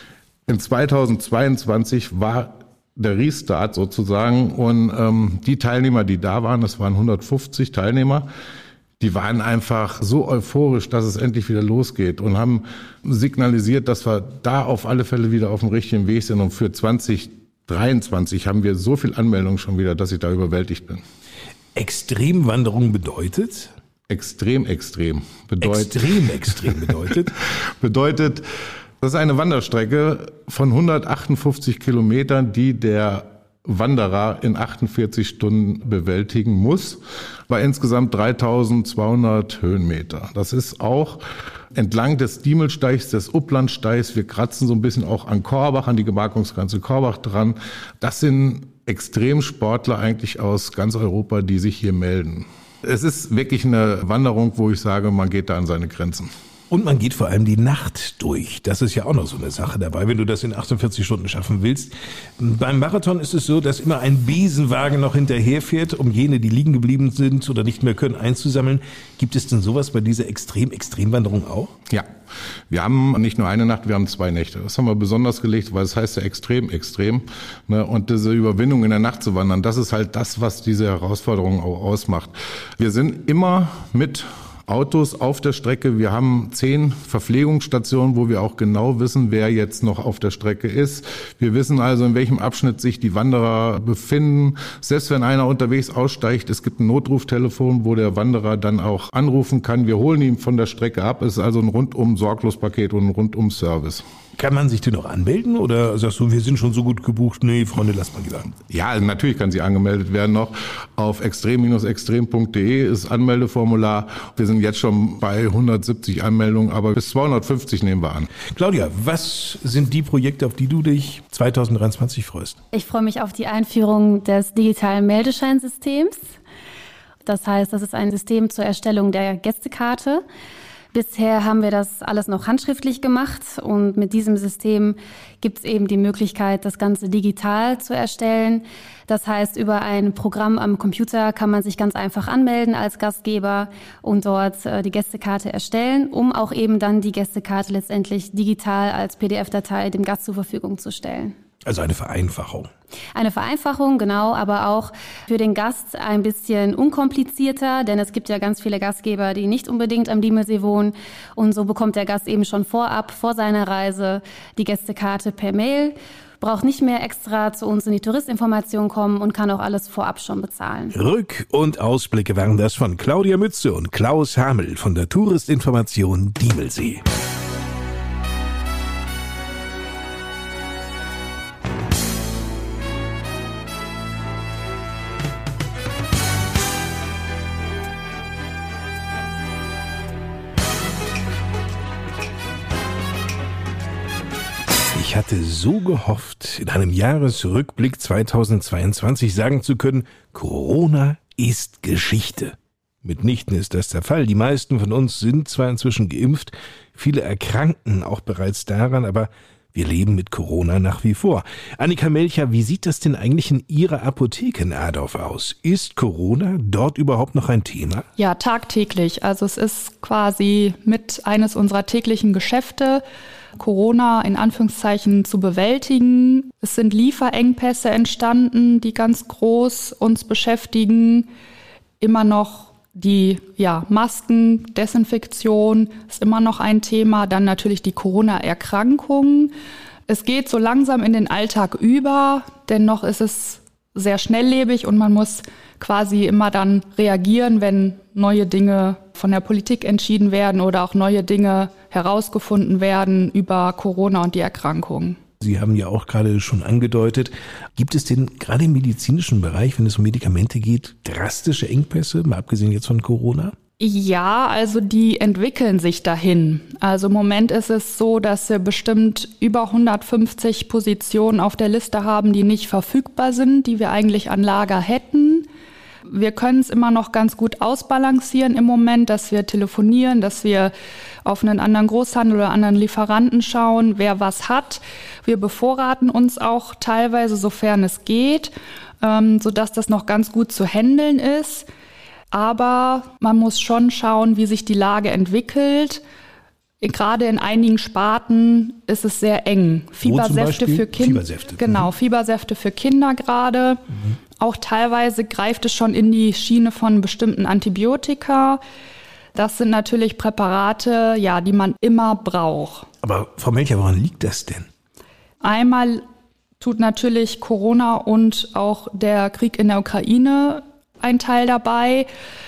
In zweitausendzweiundzwanzig war der Restart sozusagen und ähm, die Teilnehmer, die da waren, das waren hundertfünfzig Teilnehmer, die waren einfach so euphorisch, dass es endlich wieder losgeht und haben signalisiert, dass wir da auf alle Fälle wieder auf dem richtigen Weg sind und für zwanzig dreiundzwanzig haben wir so viel Anmeldungen schon wieder, dass ich da überwältigt bin. Extremwanderung bedeutet? Extrem, extrem. Bedeutet, extrem, extrem bedeutet? bedeutet, das ist eine Wanderstrecke von hundertachtundfünfzig Kilometern, die der Wanderer in achtundvierzig Stunden bewältigen muss, bei insgesamt dreitausendzweihundert Höhenmeter. Das ist auch entlang des Diemelsteigs, des Upplandsteigs. Wir kratzen so ein bisschen auch an Korbach, an die Gemarkungsgrenze Korbach dran. Das sind Extremsportler eigentlich aus ganz Europa, die sich hier melden. Es ist wirklich eine Wanderung, wo ich sage, man geht da an seine Grenzen. Und man geht vor allem die Nacht durch. Das ist ja auch noch so eine Sache dabei, wenn du das in achtundvierzig Stunden schaffen willst. Beim Marathon ist es so, dass immer ein Besenwagen noch hinterherfährt, um jene, die liegen geblieben sind oder nicht mehr können, einzusammeln. Gibt es denn sowas bei dieser Extrem-Extremwanderung auch? Ja, wir haben nicht nur eine Nacht, wir haben zwei Nächte. Das haben wir besonders gelegt, weil es heißt ja extrem, extrem. Und diese Überwindung in der Nacht zu wandern, das ist halt das, was diese Herausforderung auch ausmacht. Wir sind immer mit Autos auf der Strecke. Wir haben zehn Verpflegungsstationen, wo wir auch genau wissen, wer jetzt noch auf der Strecke ist. Wir wissen also, in welchem Abschnitt sich die Wanderer befinden. Selbst wenn einer unterwegs aussteigt, es gibt ein Notruftelefon, wo der Wanderer dann auch anrufen kann. Wir holen ihn von der Strecke ab. Es ist also ein Rundum-Sorglos-Paket und ein Rundum-Service. Kann man sich denn noch anmelden oder sagst du, wir sind schon so gut gebucht? Nee, Freunde, lass mal wieder. Ja, natürlich kann sie angemeldet werden noch. Auf extrem Bindestrich extrem Punkt de ist Anmeldeformular. Wir sind jetzt schon bei hundertsiebzig Anmeldungen, aber bis zweihundertfünfzig nehmen wir an. Claudia, was sind die Projekte, auf die du dich zwanzig dreiundzwanzig freust? Ich freue mich auf die Einführung des digitalen Meldescheinsystems. Das heißt, das ist ein System zur Erstellung der Gästekarte. Bisher haben wir das alles noch handschriftlich gemacht und mit diesem System gibt es eben die Möglichkeit, das Ganze digital zu erstellen. Das heißt, über ein Programm am Computer kann man sich ganz einfach anmelden als Gastgeber und dort äh, die Gästekarte erstellen, um auch eben dann die Gästekarte letztendlich digital als P D F-Datei dem Gast zur Verfügung zu stellen. Also eine Vereinfachung. Eine Vereinfachung, genau, aber auch für den Gast ein bisschen unkomplizierter, denn es gibt ja ganz viele Gastgeber, die nicht unbedingt am Diemelsee wohnen. Und so bekommt der Gast eben schon vorab, vor seiner Reise, die Gästekarte per Mail, braucht nicht mehr extra zu uns in die Touristinformation kommen und kann auch alles vorab schon bezahlen. Rück- und Ausblicke waren das von Claudia Mütze und Klaus Hamel von der Touristinformation Diemelsee. Ich hatte so gehofft, in einem Jahresrückblick zweitausendzweiundzwanzig sagen zu können, Corona ist Geschichte. Mitnichten ist das der Fall. Die meisten von uns sind zwar inzwischen geimpft, viele erkranken auch bereits daran, aber wir leben mit Corona nach wie vor. Annika Melcher, wie sieht das denn eigentlich in Ihrer Apotheke in Adorf aus? Ist Corona dort überhaupt noch ein Thema? Ja, tagtäglich. Also es ist quasi mit eines unserer täglichen Geschäfte, Corona in Anführungszeichen zu bewältigen. Es sind Lieferengpässe entstanden, die ganz groß uns beschäftigen. Immer noch die ja, Masken, Desinfektion ist immer noch ein Thema. Dann natürlich die Corona-Erkrankungen. Es geht so langsam in den Alltag über, dennoch ist es sehr schnelllebig und man muss quasi immer dann reagieren, wenn neue Dinge von der Politik entschieden werden oder auch neue Dinge herausgefunden werden über Corona und die Erkrankung. Sie haben ja auch gerade schon angedeutet, gibt es denn gerade im medizinischen Bereich, wenn es um Medikamente geht, drastische Engpässe, mal abgesehen jetzt von Corona? Ja, also die entwickeln sich dahin. Also im Moment ist es so, dass wir bestimmt über hundertfünfzig Positionen auf der Liste haben, die nicht verfügbar sind, die wir eigentlich an Lager hätten. Wir können es immer noch ganz gut ausbalancieren im Moment, dass wir telefonieren, dass wir auf einen anderen Großhandel oder anderen Lieferanten schauen, wer was hat. Wir bevorraten uns auch teilweise, sofern es geht, ähm, sodass das noch ganz gut zu handeln ist. Aber man muss schon schauen, wie sich die Lage entwickelt. Gerade in einigen Sparten ist es sehr eng. Fiebersäfte für Kinder. Fiebersäfte. Genau, mhm. Fiebersäfte für Kinder gerade. Mhm. Auch teilweise greift es schon in die Schiene von bestimmten Antibiotika. Das sind natürlich Präparate, ja, die man immer braucht. Aber Frau Melcher, woran liegt das denn? Einmal tut natürlich Corona und auch der Krieg in der Ukraine ein Teil dabei.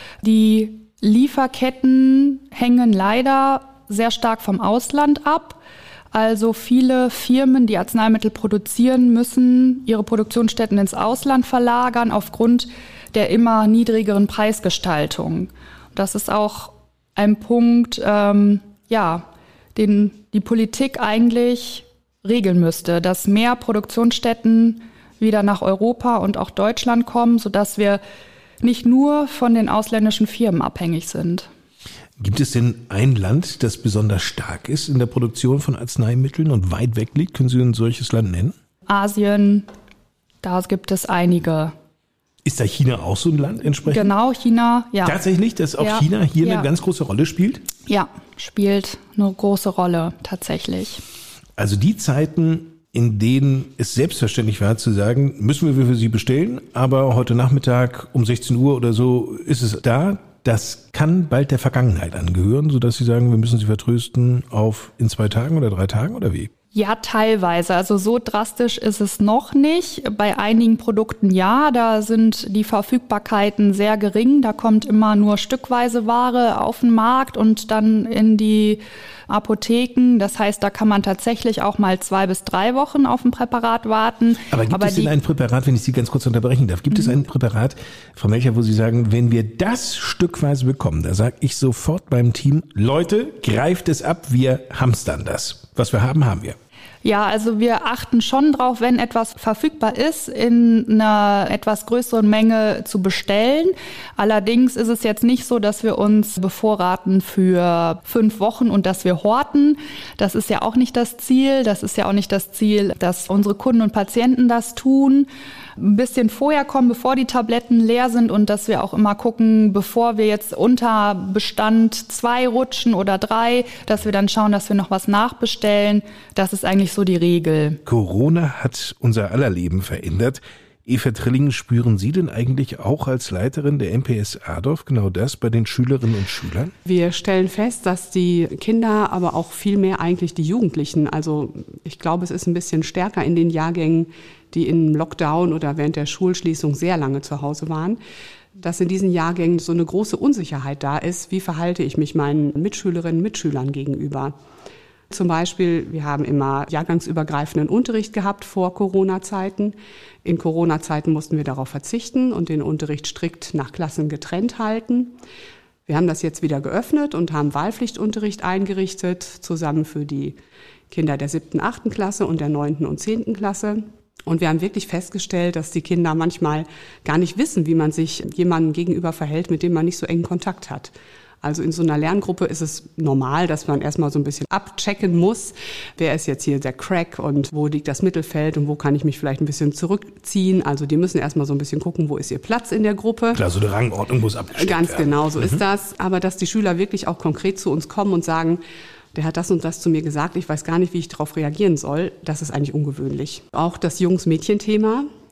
Die Lieferketten hängen leider sehr stark vom Ausland ab. Also viele Firmen, die Arzneimittel produzieren, müssen ihre Produktionsstätten ins Ausland verlagern aufgrund der immer niedrigeren Preisgestaltung. Das ist auch ein Punkt, ähm, ja, den die Politik eigentlich regeln müsste, dass mehr Produktionsstätten wieder nach Europa und auch Deutschland kommen, sodass wir nicht nur von den ausländischen Firmen abhängig sind. Gibt es denn ein Land, das besonders stark ist in der Produktion von Arzneimitteln und weit weg liegt? Können Sie ein solches Land nennen? Asien, da gibt es einige. Ist da China auch so ein Land entsprechend? Genau, China, ja. Tatsächlich, dass auch ja, China hier ja. eine ganz große Rolle spielt? Ja, spielt eine große Rolle tatsächlich. Also die Zeiten, in denen es selbstverständlich war zu sagen, müssen wir für Sie bestellen, aber heute Nachmittag um sechzehn Uhr oder so ist es da. Das kann bald der Vergangenheit angehören, sodass Sie sagen, wir müssen Sie vertrösten auf in zwei Tagen oder drei Tagen oder wie? Ja, teilweise. Also so drastisch ist es noch nicht. Bei einigen Produkten ja, da sind die Verfügbarkeiten sehr gering. Da kommt immer nur stückweise Ware auf den Markt und dann in die Apotheken. Das heißt, da kann man tatsächlich auch mal zwei bis drei Wochen auf ein Präparat warten. Aber gibt Aber es denn ein Präparat, wenn ich Sie ganz kurz unterbrechen darf, gibt mhm. es ein Präparat, Frau Melcher, wo Sie sagen, wenn wir das stückweise bekommen, da sage ich sofort beim Team, Leute, greift es ab, wir hamstern das. Was wir haben, haben wir. Ja, also wir achten schon drauf, wenn etwas verfügbar ist, in einer etwas größeren Menge zu bestellen. Allerdings ist es jetzt nicht so, dass wir uns bevorraten für fünf Wochen und dass wir horten. Das ist ja auch nicht das Ziel. Das ist ja auch nicht das Ziel, dass unsere Kunden und Patienten das tun. Ein bisschen vorher kommen, bevor die Tabletten leer sind und dass wir auch immer gucken, bevor wir jetzt unter Bestand zwei rutschen oder drei, dass wir dann schauen, dass wir noch was nachbestellen. Das ist eigentlich so die Regel. Corona hat unser aller Leben verändert. Eva Trilling, spüren Sie denn eigentlich auch als Leiterin der M P S Adorf genau das bei den Schülerinnen und Schülern? Wir stellen fest, dass die Kinder, aber auch viel mehr eigentlich die Jugendlichen, also ich glaube, es ist ein bisschen stärker in den Jahrgängen, die im Lockdown oder während der Schulschließung sehr lange zu Hause waren, dass in diesen Jahrgängen so eine große Unsicherheit da ist, wie verhalte ich mich meinen Mitschülerinnen und Mitschülern gegenüber. Zum Beispiel, wir haben immer jahrgangsübergreifenden Unterricht gehabt vor Corona-Zeiten. In Corona-Zeiten mussten wir darauf verzichten und den Unterricht strikt nach Klassen getrennt halten. Wir haben das jetzt wieder geöffnet und haben Wahlpflichtunterricht eingerichtet, zusammen für die Kinder der siebten, achten Klasse und der neunten und zehnten Klasse. Und wir haben wirklich festgestellt, dass die Kinder manchmal gar nicht wissen, wie man sich jemandem gegenüber verhält, mit dem man nicht so engen Kontakt hat. Also in so einer Lerngruppe ist es normal, dass man erstmal so ein bisschen abchecken muss, wer ist jetzt hier der Crack und wo liegt das Mittelfeld und wo kann ich mich vielleicht ein bisschen zurückziehen. Also die müssen erstmal so ein bisschen gucken, wo ist ihr Platz in der Gruppe. Klar, so eine Rangordnung muss abgesteckt werden. Ganz genau, so mhm. ist das. Aber dass die Schüler wirklich auch konkret zu uns kommen und sagen, der hat das und das zu mir gesagt, ich weiß gar nicht, wie ich darauf reagieren soll, das ist eigentlich ungewöhnlich. Auch das Jungs-Mädchen-Thema.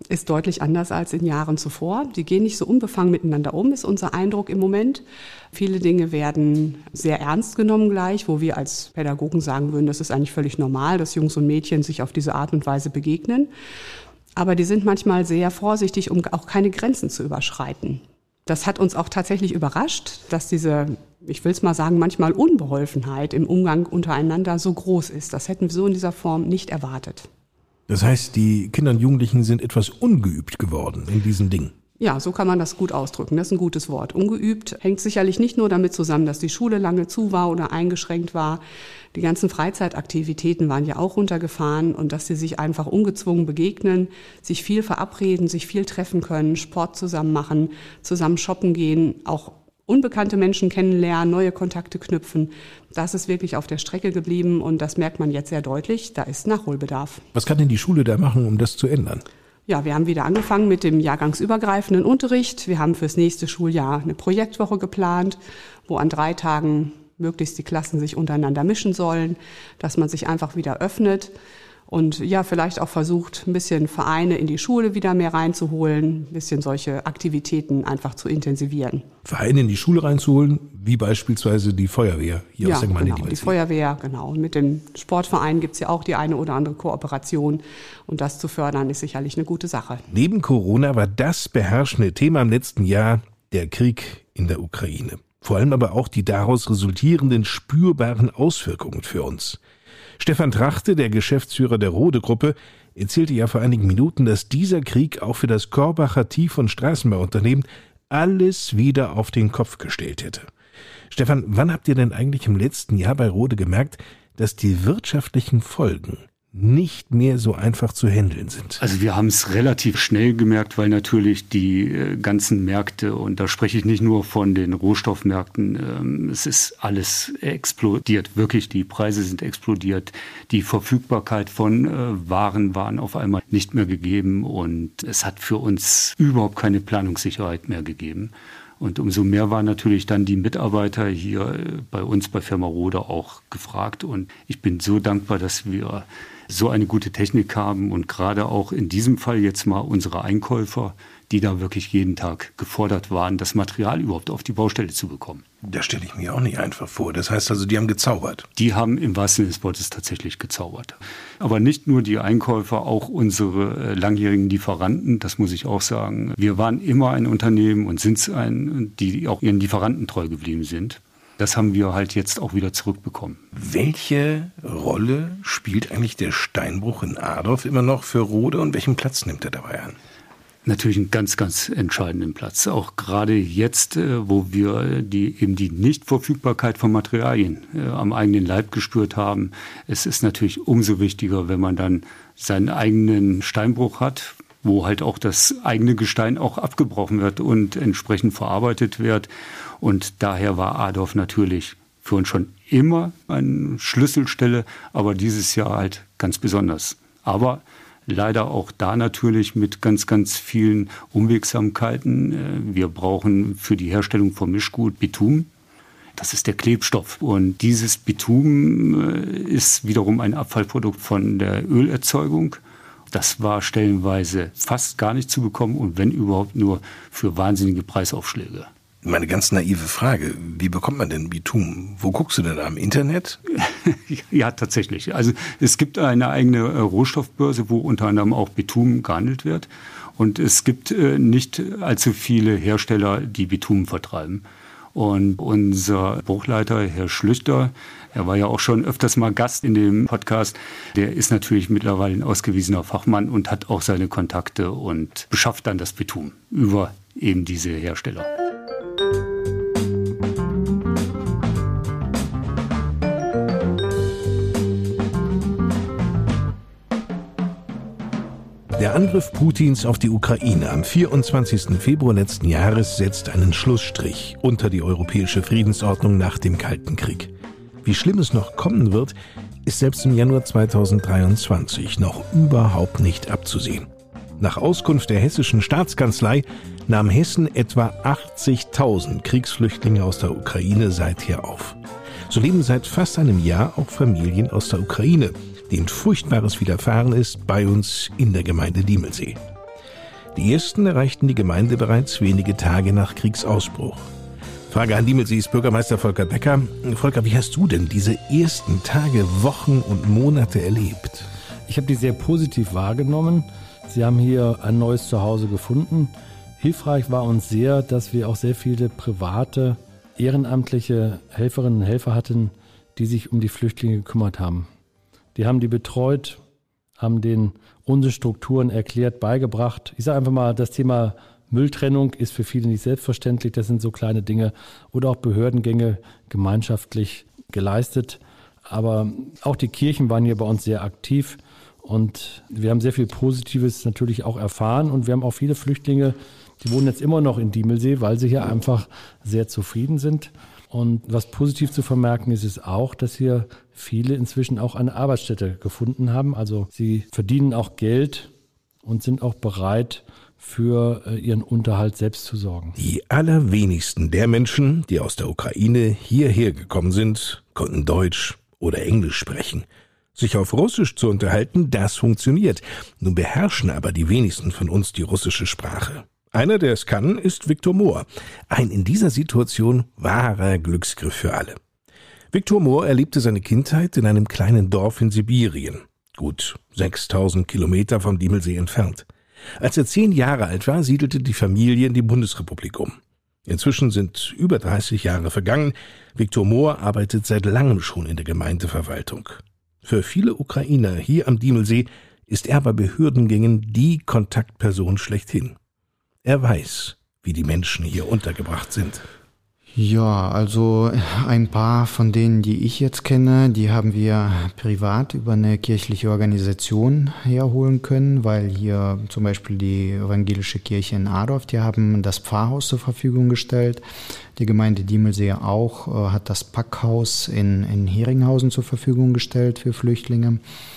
ist deutlich anders als in Jahren zuvor. Die gehen nicht so unbefangen miteinander um, ist unser Eindruck im Moment. Viele Dinge werden sehr ernst genommen gleich, wo wir als Pädagogen sagen würden, das ist eigentlich völlig normal, dass Jungs und Mädchen sich auf diese Art und Weise begegnen. Aber die sind manchmal sehr vorsichtig, um auch keine Grenzen zu überschreiten. Das hat uns auch tatsächlich überrascht, dass diese, ich will es mal sagen, manchmal Unbeholfenheit im Umgang untereinander so groß ist. Das hätten wir so in dieser Form nicht erwartet. Das heißt, die Kinder und Jugendlichen sind etwas ungeübt geworden in diesen Dingen. Ja, so kann man das gut ausdrücken. Das ist ein gutes Wort. Ungeübt hängt sicherlich nicht nur damit zusammen, dass die Schule lange zu war oder eingeschränkt war. Die ganzen Freizeitaktivitäten waren ja auch runtergefahren und dass sie sich einfach ungezwungen begegnen, sich viel verabreden, sich viel treffen können, Sport zusammen machen, zusammen shoppen gehen, auch unbekannte Menschen kennenlernen, neue Kontakte knüpfen. Das ist wirklich auf der Strecke geblieben und das merkt man jetzt sehr deutlich. Da ist Nachholbedarf. Was kann denn die Schule da machen, um das zu ändern? Ja, wir haben wieder angefangen mit dem jahrgangsübergreifenden Unterricht. Wir haben fürs nächste Schuljahr eine Projektwoche geplant, wo an drei Tagen möglichst die Klassen sich untereinander mischen sollen, dass man sich einfach wieder öffnet und ja, vielleicht auch versucht, ein bisschen Vereine in die Schule wieder mehr reinzuholen, ein bisschen solche Aktivitäten einfach zu intensivieren. Vereine in die Schule reinzuholen, wie beispielsweise die Feuerwehr hier ja, aus der Gemeinde genau, Diemelsee. Die Feuerwehr, genau. Und mit dem Sportverein gibt es ja auch die eine oder andere Kooperation. Und das zu fördern, ist sicherlich eine gute Sache. Neben Corona war das beherrschende Thema im letzten Jahr der Krieg in der Ukraine. Vor allem aber auch die daraus resultierenden spürbaren Auswirkungen für uns. Stefan Trachte, der Geschäftsführer der Rode-Gruppe, erzählte ja vor einigen Minuten, dass dieser Krieg auch für das Korbacher Tief- und Straßenbauunternehmen alles wieder auf den Kopf gestellt hätte. Stefan, wann habt ihr denn eigentlich im letzten Jahr bei Rode gemerkt, dass die wirtschaftlichen Folgen nicht mehr so einfach zu handeln sind? Also wir haben es relativ schnell gemerkt, weil natürlich die äh, ganzen Märkte, und da spreche ich nicht nur von den Rohstoffmärkten, ähm, es ist alles explodiert, wirklich, die Preise sind explodiert, die Verfügbarkeit von äh, Waren waren auf einmal nicht mehr gegeben und es hat für uns überhaupt keine Planungssicherheit mehr gegeben. Und umso mehr waren natürlich dann die Mitarbeiter hier bei uns bei Firma Rode auch gefragt. Und ich bin so dankbar, dass wir so eine gute Technik haben und gerade auch in diesem Fall jetzt mal unsere Einkäufer, die da wirklich jeden Tag gefordert waren, das Material überhaupt auf die Baustelle zu bekommen. Das stelle ich mir auch nicht einfach vor. Das heißt also, die haben gezaubert. Die haben im wahrsten Sinne des Wortes tatsächlich gezaubert. Aber nicht nur die Einkäufer, auch unsere langjährigen Lieferanten, das muss ich auch sagen. Wir waren immer ein Unternehmen und sind es ein, die auch ihren Lieferanten treu geblieben sind. Das haben wir halt jetzt auch wieder zurückbekommen. Welche Rolle spielt eigentlich der Steinbruch in Adorf immer noch für Rode und welchen Platz nimmt er dabei an? Natürlich einen ganz, ganz entscheidenden Platz. Auch gerade jetzt, wo wir die, eben die Nichtverfügbarkeit von Materialien äh, am eigenen Leib gespürt haben. Es ist natürlich umso wichtiger, wenn man dann seinen eigenen Steinbruch hat, wo halt auch das eigene Gestein auch abgebrochen wird und entsprechend verarbeitet wird. Und daher war Adorf natürlich für uns schon immer eine Schlüsselstelle, aber dieses Jahr halt ganz besonders. Aber leider auch da natürlich mit ganz, ganz vielen Unwegsamkeiten. Wir brauchen für die Herstellung von Mischgut Bitumen. Das ist der Klebstoff. Und dieses Bitumen ist wiederum ein Abfallprodukt von der Ölerzeugung. Das war stellenweise fast gar nicht zu bekommen und wenn überhaupt nur für wahnsinnige Preisaufschläge. Meine ganz naive Frage, wie bekommt man denn Bitumen? Wo guckst du denn da, im Internet? Ja, tatsächlich. Also es gibt eine eigene Rohstoffbörse, wo unter anderem auch Bitumen gehandelt wird. Und es gibt nicht allzu viele Hersteller, die Bitumen vertreiben. Und unser Bruchleiter, Herr Schlüchter, er war ja auch schon öfters mal Gast in dem Podcast, der ist natürlich mittlerweile ein ausgewiesener Fachmann und hat auch seine Kontakte und beschafft dann das Bitumen über eben diese Hersteller. Der Angriff Putins auf die Ukraine am vierundzwanzigsten Februar letzten Jahres setzt einen Schlussstrich unter die europäische Friedensordnung nach dem Kalten Krieg. Wie schlimm es noch kommen wird, ist selbst im Januar zweitausenddreiundzwanzig noch überhaupt nicht abzusehen. Nach Auskunft der hessischen Staatskanzlei nahm Hessen etwa achtzigtausend Kriegsflüchtlinge aus der Ukraine seither auf. So leben seit fast einem Jahr auch Familien aus der Ukraine, denen Furchtbares widerfahren ist, bei uns in der Gemeinde Diemelsee. Die ersten erreichten die Gemeinde bereits wenige Tage nach Kriegsausbruch. Frage an Diemelsees Bürgermeister Volker Becker. Volker, wie hast du denn diese ersten Tage, Wochen und Monate erlebt? Ich habe die sehr positiv wahrgenommen. Sie haben hier ein neues Zuhause gefunden. Hilfreich war uns sehr, dass wir auch sehr viele private, ehrenamtliche Helferinnen und Helfer hatten, die sich um die Flüchtlinge gekümmert haben. Die haben die betreut, haben denen unsere Strukturen erklärt, beigebracht. Ich sage einfach mal, das Thema Mülltrennung ist für viele nicht selbstverständlich. Das sind so kleine Dinge. Oder auch Behördengänge gemeinschaftlich geleistet. Aber auch die Kirchen waren hier bei uns sehr aktiv. Und wir haben sehr viel Positives natürlich auch erfahren. Und wir haben auch viele Flüchtlinge, die wohnen jetzt immer noch in Diemelsee, weil sie hier einfach sehr zufrieden sind. Und was positiv zu vermerken ist, ist auch, dass hier viele inzwischen auch eine Arbeitsstätte gefunden haben. Also sie verdienen auch Geld und sind auch bereit, für ihren Unterhalt selbst zu sorgen. Die allerwenigsten der Menschen, die aus der Ukraine hierher gekommen sind, konnten Deutsch oder Englisch sprechen. Sich auf Russisch zu unterhalten, das funktioniert. Nun beherrschen aber die wenigsten von uns die russische Sprache. Einer, der es kann, ist Viktor Mohr. Ein in dieser Situation wahrer Glücksgriff für alle. Viktor Mohr erlebte seine Kindheit in einem kleinen Dorf in Sibirien, gut sechstausend Kilometer vom Diemelsee entfernt. Als er zehn Jahre alt war, siedelte die Familie in die Bundesrepublik um. Inzwischen sind über dreißig Jahre vergangen. Viktor Mohr arbeitet seit langem schon in der Gemeindeverwaltung. Für viele Ukrainer hier am Diemelsee ist er bei Behördengängen die Kontaktperson schlechthin. Er weiß, wie die Menschen hier untergebracht sind. Ja, also ein paar von denen, die ich jetzt kenne, die haben wir privat über eine kirchliche Organisation herholen können, weil hier zum Beispiel die evangelische Kirche in Adorf, die haben das Pfarrhaus zur Verfügung gestellt. Die Gemeinde Diemelsee auch äh, hat das Packhaus in, in Heringhausen zur Verfügung gestellt für Flüchtlinge.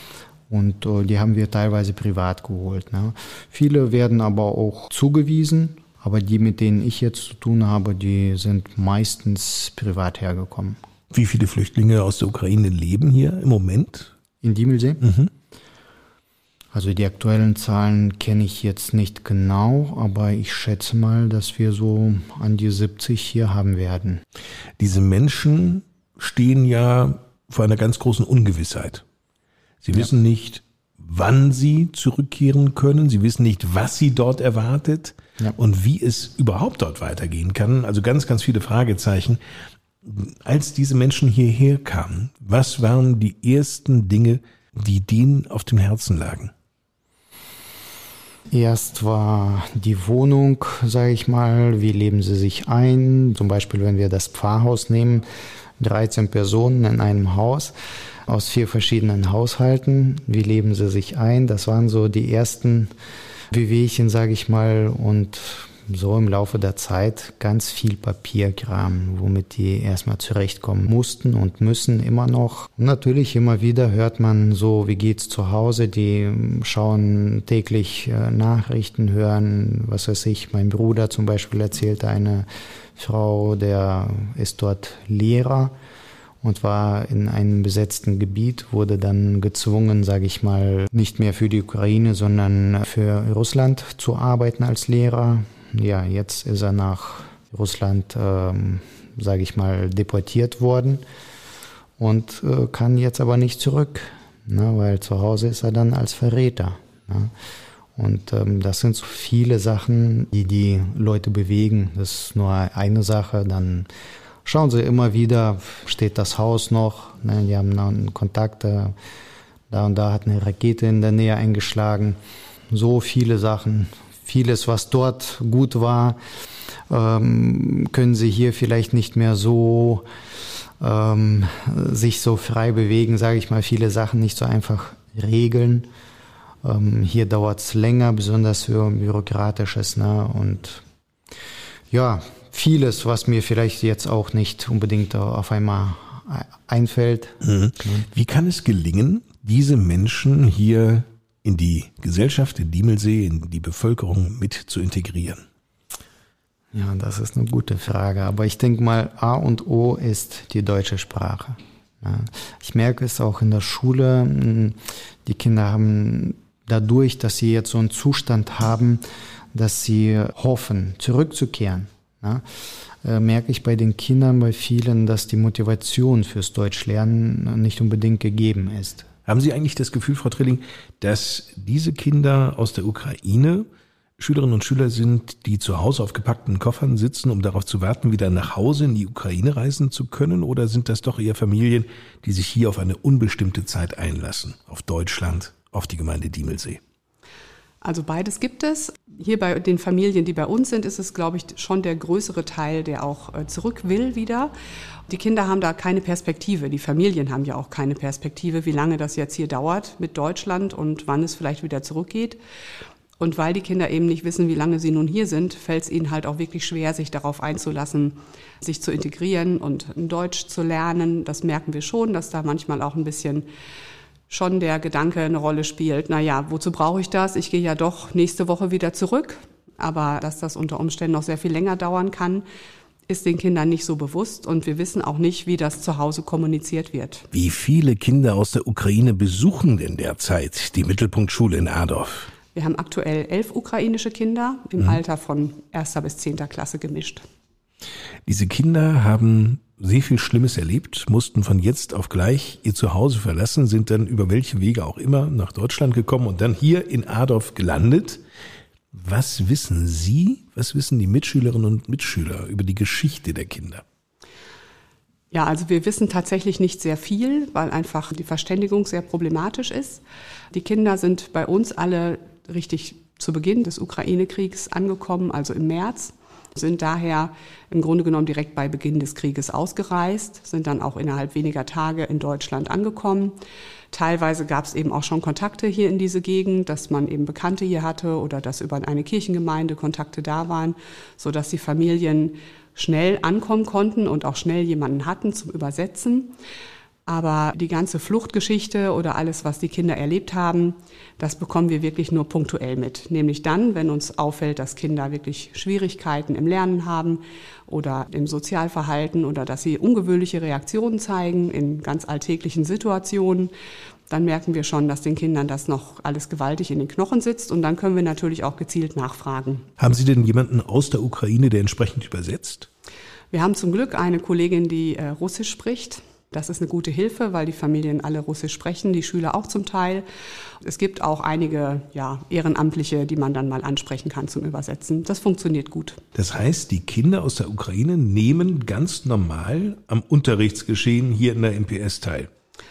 Und äh, die haben wir teilweise privat geholt. Ne? Viele werden aber auch zugewiesen. Aber die, mit denen ich jetzt zu tun habe, die sind meistens privat hergekommen. Wie viele Flüchtlinge aus der Ukraine leben hier im Moment? In Diemelsee? Mhm. Also die aktuellen Zahlen kenne ich jetzt nicht genau, aber ich schätze mal, dass wir so an die siebzig hier haben werden. Diese Menschen stehen ja vor einer ganz großen Ungewissheit. Sie ja. wissen nicht, wann sie zurückkehren können. Sie wissen nicht, was sie dort erwartet. Ja. Und wie es überhaupt dort weitergehen kann. Also ganz, ganz viele Fragezeichen. Als diese Menschen hierher kamen, was waren die ersten Dinge, die denen auf dem Herzen lagen? Erst war die Wohnung, sage ich mal, wie leben sie sich ein? Zum Beispiel, wenn wir das Pfarrhaus nehmen, dreizehn Personen in einem Haus aus vier verschiedenen Haushalten. Wie leben sie sich ein? Das waren so die ersten Wehwehchen, sage ich mal, und so im Laufe der Zeit ganz viel Papierkram, womit die erstmal zurechtkommen mussten und müssen immer noch. Und natürlich immer wieder hört man so, wie geht's zu Hause, die schauen täglich äh, Nachrichten, hören, was weiß ich, mein Bruder zum Beispiel erzählte eine Frau, der ist dort Lehrer und war in einem besetzten Gebiet, wurde dann gezwungen, sage ich mal, nicht mehr für die Ukraine, sondern für Russland zu arbeiten als Lehrer. Ja, jetzt ist er nach Russland, ähm, sage ich mal, deportiert worden und äh, kann jetzt aber nicht zurück, ne, weil zu Hause ist er dann als Verräter. Ne. Und ähm, das sind so viele Sachen, die die Leute bewegen. Das ist nur eine Sache, dann schauen sie immer wieder, steht das Haus noch, ne, die haben dann Kontakte, da und da hat eine Rakete in der Nähe eingeschlagen. So viele Sachen, vieles, was dort gut war, ähm, können sie hier vielleicht nicht mehr so ähm, sich so frei bewegen, sage ich mal, viele Sachen nicht so einfach regeln. Ähm, hier dauert es länger, besonders für Bürokratisches, ne, und ja, vieles, was mir vielleicht jetzt auch nicht unbedingt auf einmal einfällt. Mhm. Wie kann es gelingen, diese Menschen hier in die Gesellschaft, in Diemelsee, in die Bevölkerung mit zu integrieren? Ja, das ist eine gute Frage. Aber ich denke mal, A und O ist die deutsche Sprache. Ja, ich merke es auch in der Schule. Die Kinder haben dadurch, dass sie jetzt so einen Zustand haben, dass sie hoffen, zurückzukehren. Ja, äh, merke ich bei den Kindern, bei vielen, dass die Motivation fürs Deutschlernen nicht unbedingt gegeben ist. Haben Sie eigentlich das Gefühl, Frau Trilling, dass diese Kinder aus der Ukraine Schülerinnen und Schüler sind, die zu Hause auf gepackten Koffern sitzen, um darauf zu warten, wieder nach Hause in die Ukraine reisen zu können? Oder sind das doch eher Familien, die sich hier auf eine unbestimmte Zeit einlassen, auf Deutschland, auf die Gemeinde Diemelsee? Also beides gibt es. Hier bei den Familien, die bei uns sind, ist es, glaube ich, schon der größere Teil, der auch zurück will wieder. Die Kinder haben da keine Perspektive. Die Familien haben ja auch keine Perspektive, wie lange das jetzt hier dauert mit Deutschland und wann es vielleicht wieder zurückgeht. Und weil die Kinder eben nicht wissen, wie lange sie nun hier sind, fällt es ihnen halt auch wirklich schwer, sich darauf einzulassen, sich zu integrieren und Deutsch zu lernen. Das merken wir schon, dass da manchmal auch ein bisschen schon der Gedanke eine Rolle spielt, naja, wozu brauche ich das? Ich gehe ja doch nächste Woche wieder zurück. Aber dass das unter Umständen noch sehr viel länger dauern kann, ist den Kindern nicht so bewusst. Und wir wissen auch nicht, wie das zu Hause kommuniziert wird. Wie viele Kinder aus der Ukraine besuchen denn derzeit die Mittelpunktschule in Adorf? Wir haben aktuell elf ukrainische Kinder im mhm. Alter von erster bis zehnter Klasse gemischt. Diese Kinder haben sehr viel Schlimmes erlebt, mussten von jetzt auf gleich ihr Zuhause verlassen, sind dann über welche Wege auch immer nach Deutschland gekommen und dann hier in Adorf gelandet. Was wissen Sie, was wissen die Mitschülerinnen und Mitschüler über die Geschichte der Kinder? Ja, also wir wissen tatsächlich nicht sehr viel, weil einfach die Verständigung sehr problematisch ist. Die Kinder sind bei uns alle richtig zu Beginn des Ukraine-Kriegs angekommen, also im März. Sind daher im Grunde genommen direkt bei Beginn des Krieges ausgereist, sind dann auch innerhalb weniger Tage in Deutschland angekommen. Teilweise gab es eben auch schon Kontakte hier in diese Gegend, dass man eben Bekannte hier hatte oder dass über eine Kirchengemeinde Kontakte da waren, sodass die Familien schnell ankommen konnten und auch schnell jemanden hatten zum Übersetzen. Aber die ganze Fluchtgeschichte oder alles, was die Kinder erlebt haben, das bekommen wir wirklich nur punktuell mit. Nämlich dann, wenn uns auffällt, dass Kinder wirklich Schwierigkeiten im Lernen haben oder im Sozialverhalten oder dass sie ungewöhnliche Reaktionen zeigen in ganz alltäglichen Situationen, dann merken wir schon, dass den Kindern das noch alles gewaltig in den Knochen sitzt und dann können wir natürlich auch gezielt nachfragen. Haben Sie denn jemanden aus der Ukraine, der entsprechend übersetzt? Wir haben zum Glück eine Kollegin, die äh, Russisch spricht. Das ist eine gute Hilfe, weil die Familien alle Russisch sprechen, die Schüler auch zum Teil. Es gibt auch einige ja, Ehrenamtliche, die man dann mal ansprechen kann zum Übersetzen. Das funktioniert gut. Das heißt, die Kinder aus der Ukraine nehmen ganz normal am Unterrichtsgeschehen hier in der M P S teil?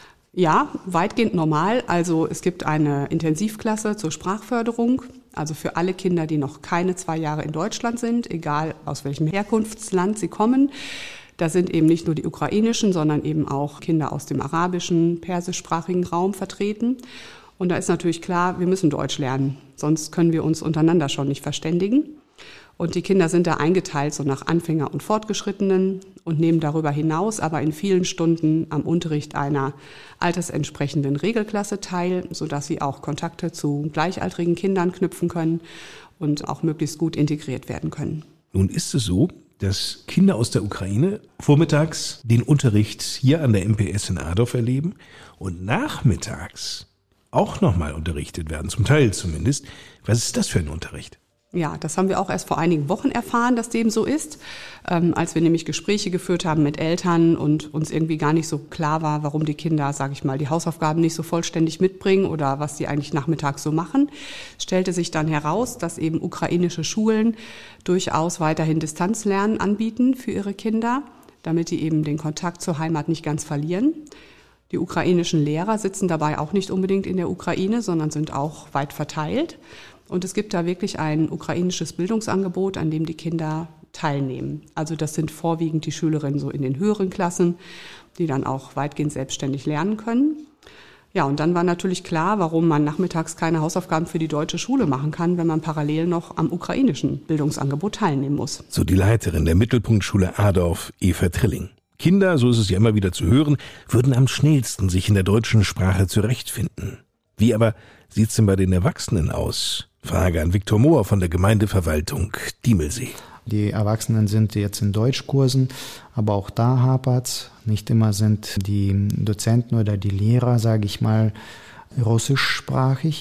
Ja, weitgehend normal. Also es gibt eine Intensivklasse zur Sprachförderung. Also für alle Kinder, die noch keine zwei Jahre in Deutschland sind, egal aus welchem Herkunftsland sie kommen. Da sind eben nicht nur die ukrainischen, sondern eben auch Kinder aus dem arabischen, persischsprachigen Raum vertreten. Und da ist natürlich klar, wir müssen Deutsch lernen, sonst können wir uns untereinander schon nicht verständigen. Und die Kinder sind da eingeteilt so nach Anfänger und Fortgeschrittenen und nehmen darüber hinaus aber in vielen Stunden am Unterricht einer altersentsprechenden Regelklasse teil, sodass sie auch Kontakte zu gleichaltrigen Kindern knüpfen können und auch möglichst gut integriert werden können. Nun ist es so, dass Kinder aus der Ukraine vormittags den Unterricht hier an der M P S in Adorf erleben und nachmittags auch nochmal unterrichtet werden, zum Teil zumindest. Was ist das für ein Unterricht? Ja, das haben wir auch erst vor einigen Wochen erfahren, dass dem so ist, ähm, als wir nämlich Gespräche geführt haben mit Eltern und uns irgendwie gar nicht so klar war, warum die Kinder, sage ich mal, die Hausaufgaben nicht so vollständig mitbringen oder was die eigentlich nachmittags so machen. Es stellte sich dann heraus, dass eben ukrainische Schulen durchaus weiterhin Distanzlernen anbieten für ihre Kinder, damit die eben den Kontakt zur Heimat nicht ganz verlieren. Die ukrainischen Lehrer sitzen dabei auch nicht unbedingt in der Ukraine, sondern sind auch weit verteilt. Und es gibt da wirklich ein ukrainisches Bildungsangebot, an dem die Kinder teilnehmen. Also das sind vorwiegend die Schülerinnen so in den höheren Klassen, die dann auch weitgehend selbstständig lernen können. Ja, und dann war natürlich klar, warum man nachmittags keine Hausaufgaben für die deutsche Schule machen kann, wenn man parallel noch am ukrainischen Bildungsangebot teilnehmen muss. So die Leiterin der Mittelpunktschule Adorf, Eva Trilling. Kinder, so ist es ja immer wieder zu hören, würden am schnellsten sich in der deutschen Sprache zurechtfinden. Wie aber sieht's denn bei den Erwachsenen aus? Frage an Viktor Mohr von der Gemeindeverwaltung Diemelsee. Die Erwachsenen sind jetzt in Deutschkursen, aber auch da hapert's. Nicht immer sind die Dozenten oder die Lehrer, sage ich mal, russischsprachig.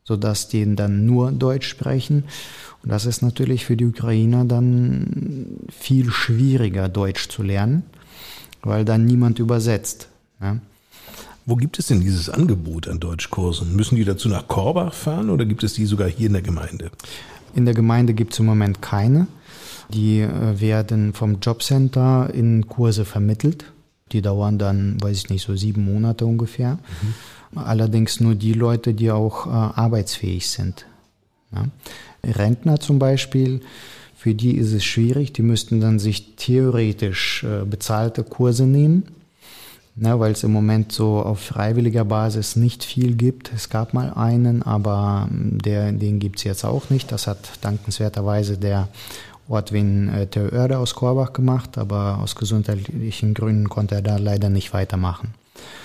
sodass die dann nur Deutsch sprechen. Und das ist natürlich für die Ukrainer dann viel schwieriger, Deutsch zu lernen, weil dann niemand übersetzt. Ja. Wo gibt es denn dieses Angebot an Deutschkursen? Müssen die dazu nach Korbach fahren oder gibt es die sogar hier in der Gemeinde? In der Gemeinde gibt es im Moment keine. Die äh, werden vom Jobcenter in Kurse vermittelt. Die dauern dann, weiß ich nicht, so sieben Monate ungefähr. Mhm. Allerdings nur die Leute, die auch äh, arbeitsfähig sind. Ja. Rentner zum Beispiel, für die ist es schwierig. Die müssten dann sich theoretisch äh, bezahlte Kurse nehmen, ne, weil es im Moment so auf freiwilliger Basis nicht viel gibt. Es gab mal einen, aber der, den gibt es jetzt auch nicht. Das hat dankenswerterweise der Ortwin äh, Theo Oerde aus Korbach gemacht, aber aus gesundheitlichen Gründen konnte er da leider nicht weitermachen.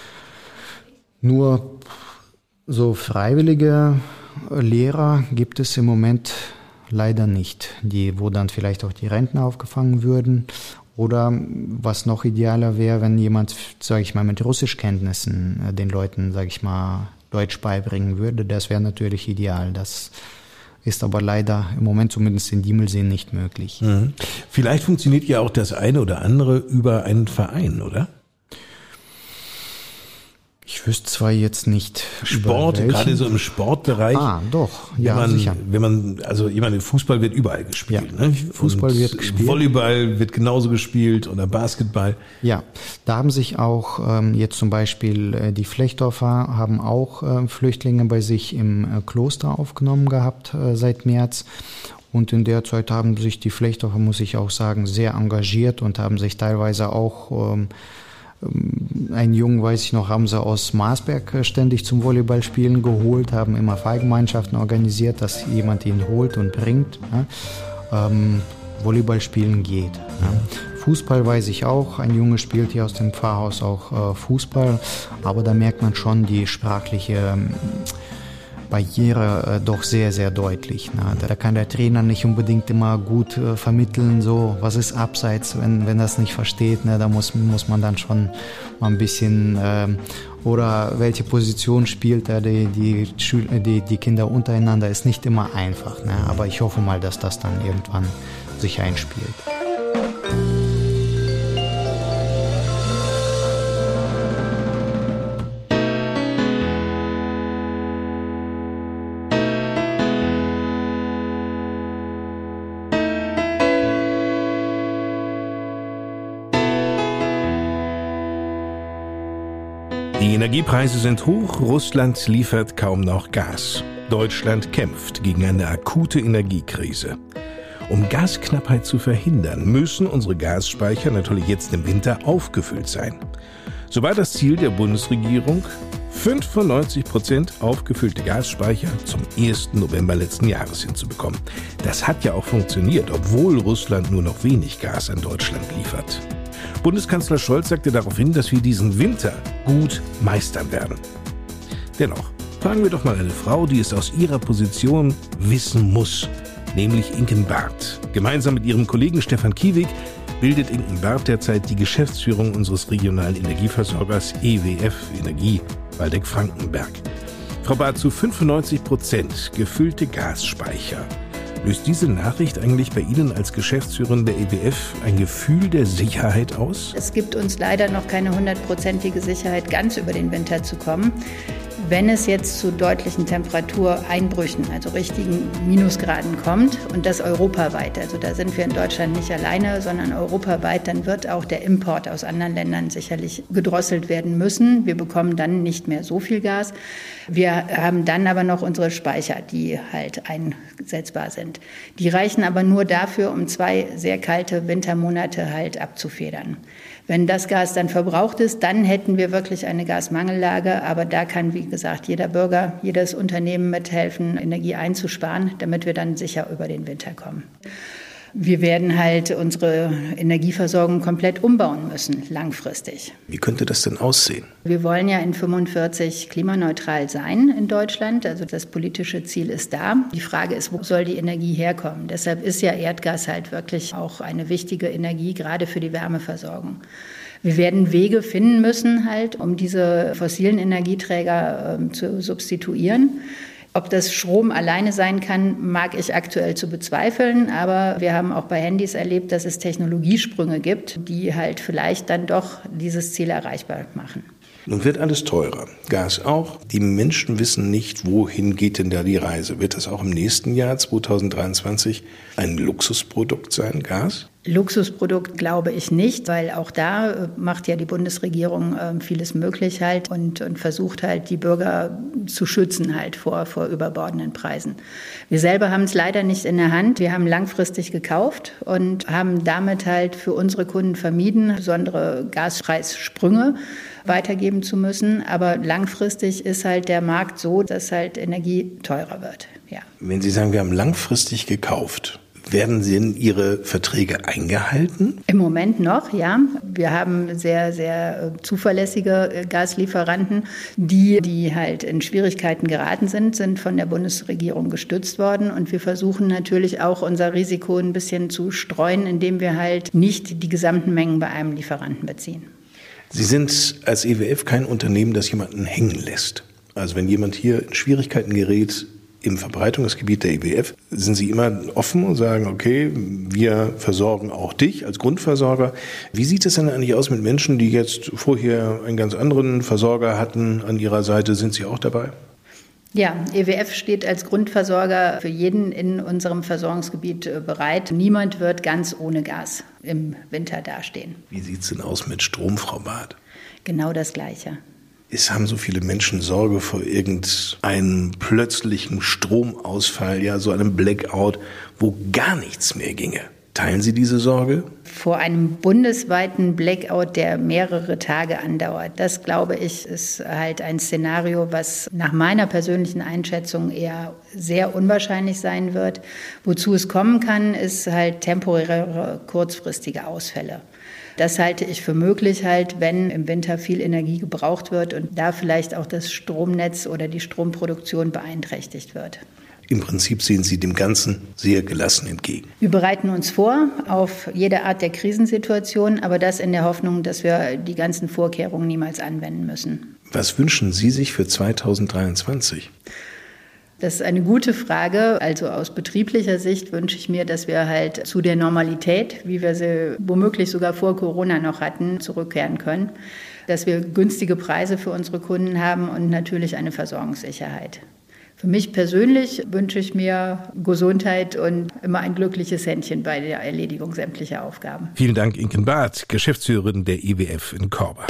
Nur so freiwillige Lehrer gibt es im Moment leider nicht, die, wo dann vielleicht auch die Rentner aufgefangen würden. Oder was noch idealer wäre, wenn jemand, sage ich mal, mit Russischkenntnissen äh, den Leuten, sage ich mal, Deutsch beibringen würde. Das wäre natürlich ideal. Das ist aber leider im Moment zumindest in Diemelsee nicht möglich. Mhm. Vielleicht funktioniert ja auch das eine oder andere über einen Verein, oder? Ich wüsste zwar jetzt nicht Sport, gerade so im Sportbereich. Ah, doch, ja, wenn man, sicher. Wenn man, also ich meine, Fußball wird überall gespielt. Ja, ne? Fußball und wird gespielt. Volleyball wird genauso gespielt oder Basketball. Ja, da haben sich auch ähm, jetzt zum Beispiel äh, die Flechdorfer haben auch äh, Flüchtlinge bei sich im äh, Kloster aufgenommen gehabt äh, seit März. Und in der Zeit haben sich die Flechdorfer, muss ich auch sagen, sehr engagiert und haben sich teilweise auch ähm, einen Jungen, weiß ich noch, haben sie aus Marsberg ständig zum Volleyballspielen geholt, haben immer Fahrgemeinschaften organisiert, dass jemand ihn holt und bringt. Ja. Ähm, Volleyballspielen geht. Ja. Fußball weiß ich auch, ein Junge spielt hier aus dem Pfarrhaus auch äh, Fußball, aber da merkt man schon die sprachliche ähm, Barriere äh, doch sehr, sehr deutlich. Ne? Da kann der Trainer nicht unbedingt immer gut äh, vermitteln, so was ist abseits, wenn wenn das nicht versteht, ne? Da muss muss man dann schon mal ein bisschen äh, oder welche Position spielt er, die die, Schül- die die Kinder untereinander, ist nicht immer einfach. Ne? Aber ich hoffe mal, dass das dann irgendwann sich einspielt. Die Energiepreise sind hoch, Russland liefert kaum noch Gas. Deutschland kämpft gegen eine akute Energiekrise. Um Gasknappheit zu verhindern, müssen unsere Gasspeicher natürlich jetzt im Winter aufgefüllt sein. So war das Ziel der Bundesregierung, fünfundneunzig Prozent aufgefüllte Gasspeicher zum ersten November letzten Jahres hinzubekommen. Das hat ja auch funktioniert, obwohl Russland nur noch wenig Gas an Deutschland liefert. Bundeskanzler Scholz sagte darauf hin, dass wir diesen Winter gut meistern werden. Dennoch, fragen wir doch mal eine Frau, die es aus ihrer Position wissen muss, nämlich Inken Barth. Gemeinsam mit ihrem Kollegen Stefan Kiewig bildet Inken Barth derzeit die Geschäftsführung unseres regionalen Energieversorgers E W F Energie Waldeck-Frankenberg. Frau Barth, zu fünfundneunzig Prozent gefüllte Gasspeicher. Löst diese Nachricht eigentlich bei Ihnen als Geschäftsführerin der E W F ein Gefühl der Sicherheit aus? Es gibt uns leider noch keine hundertprozentige Sicherheit, ganz über den Winter zu kommen. Wenn es jetzt zu deutlichen Temperatureinbrüchen, also richtigen Minusgraden kommt und das europaweit, also da sind wir in Deutschland nicht alleine, sondern europaweit, dann wird auch der Import aus anderen Ländern sicherlich gedrosselt werden müssen. Wir bekommen dann nicht mehr so viel Gas. Wir haben dann aber noch unsere Speicher, die halt einsetzbar sind. Die reichen aber nur dafür, um zwei sehr kalte Wintermonate halt abzufedern. Wenn das Gas dann verbraucht ist, dann hätten wir wirklich eine Gasmangellage. Aber da kann, wie gesagt, jeder Bürger, jedes Unternehmen mithelfen, Energie einzusparen, damit wir dann sicher über den Winter kommen. Wir werden halt unsere Energieversorgung komplett umbauen müssen, langfristig. Wie könnte das denn aussehen? Wir wollen ja in fünfundvierzig klimaneutral sein in Deutschland. Also das politische Ziel ist da. Die Frage ist, wo soll die Energie herkommen? Deshalb ist ja Erdgas halt wirklich auch eine wichtige Energie, gerade für die Wärmeversorgung. Wir werden Wege finden müssen, halt, um diese fossilen Energieträger äh, zu substituieren. Ob das Strom alleine sein kann, mag ich aktuell zu bezweifeln, aber wir haben auch bei Handys erlebt, dass es Technologiesprünge gibt, die halt vielleicht dann doch dieses Ziel erreichbar machen. Nun wird alles teurer, Gas auch. Die Menschen wissen nicht, wohin geht denn da die Reise. Wird das auch im nächsten Jahr zwanzig dreiundzwanzig ein Luxusprodukt sein, Gas? Luxusprodukt glaube ich nicht, weil auch da macht ja die Bundesregierung vieles möglich halt und, und versucht halt die Bürger zu schützen halt vor, vor überbordenden Preisen. Wir selber haben es leider nicht in der Hand. Wir haben langfristig gekauft und haben damit halt für unsere Kunden vermieden, besondere Gaspreissprünge weitergeben zu müssen. Aber langfristig ist halt der Markt so, dass halt Energie teurer wird. Ja. Wenn Sie sagen, wir haben langfristig gekauft, werden denn Ihre Verträge eingehalten? Im Moment noch, ja. Wir haben sehr, sehr zuverlässige Gaslieferanten, die, die halt in Schwierigkeiten geraten sind, sind von der Bundesregierung gestützt worden. Und wir versuchen natürlich auch unser Risiko ein bisschen zu streuen, indem wir halt nicht die gesamten Mengen bei einem Lieferanten beziehen. Sie sind als E W F kein Unternehmen, das jemanden hängen lässt. Also wenn jemand hier in Schwierigkeiten gerät, im Verbreitungsgebiet der E W F, sind Sie immer offen und sagen, okay, wir versorgen auch dich als Grundversorger. Wie sieht es denn eigentlich aus mit Menschen, die jetzt vorher einen ganz anderen Versorger hatten an ihrer Seite? Sind Sie auch dabei? Ja, E W F steht als Grundversorger für jeden in unserem Versorgungsgebiet bereit. Niemand wird ganz ohne Gas im Winter dastehen. Wie sieht es denn aus mit Strom, Frau Barth? Genau das Gleiche. Es haben so viele Menschen Sorge vor irgendeinem plötzlichen Stromausfall, ja, so einem Blackout, wo gar nichts mehr ginge. Teilen Sie diese Sorge? Vor einem bundesweiten Blackout, der mehrere Tage andauert, das, glaube ich, ist halt ein Szenario, was nach meiner persönlichen Einschätzung eher sehr unwahrscheinlich sein wird. Wozu es kommen kann, ist halt temporäre, kurzfristige Ausfälle. Das halte ich für möglich, halt, wenn im Winter viel Energie gebraucht wird und da vielleicht auch das Stromnetz oder die Stromproduktion beeinträchtigt wird. Im Prinzip sehen Sie dem Ganzen sehr gelassen entgegen. Wir bereiten uns vor auf jede Art der Krisensituation, aber das in der Hoffnung, dass wir die ganzen Vorkehrungen niemals anwenden müssen. Was wünschen Sie sich für zwanzig dreiundzwanzig? Das ist eine gute Frage. Also aus betrieblicher Sicht wünsche ich mir, dass wir halt zu der Normalität, wie wir sie womöglich sogar vor Corona noch hatten, zurückkehren können. Dass wir günstige Preise für unsere Kunden haben und natürlich eine Versorgungssicherheit. Für mich persönlich wünsche ich mir Gesundheit und immer ein glückliches Händchen bei der Erledigung sämtlicher Aufgaben. Vielen Dank, Inken Barth, Geschäftsführerin der E W F in Korbach.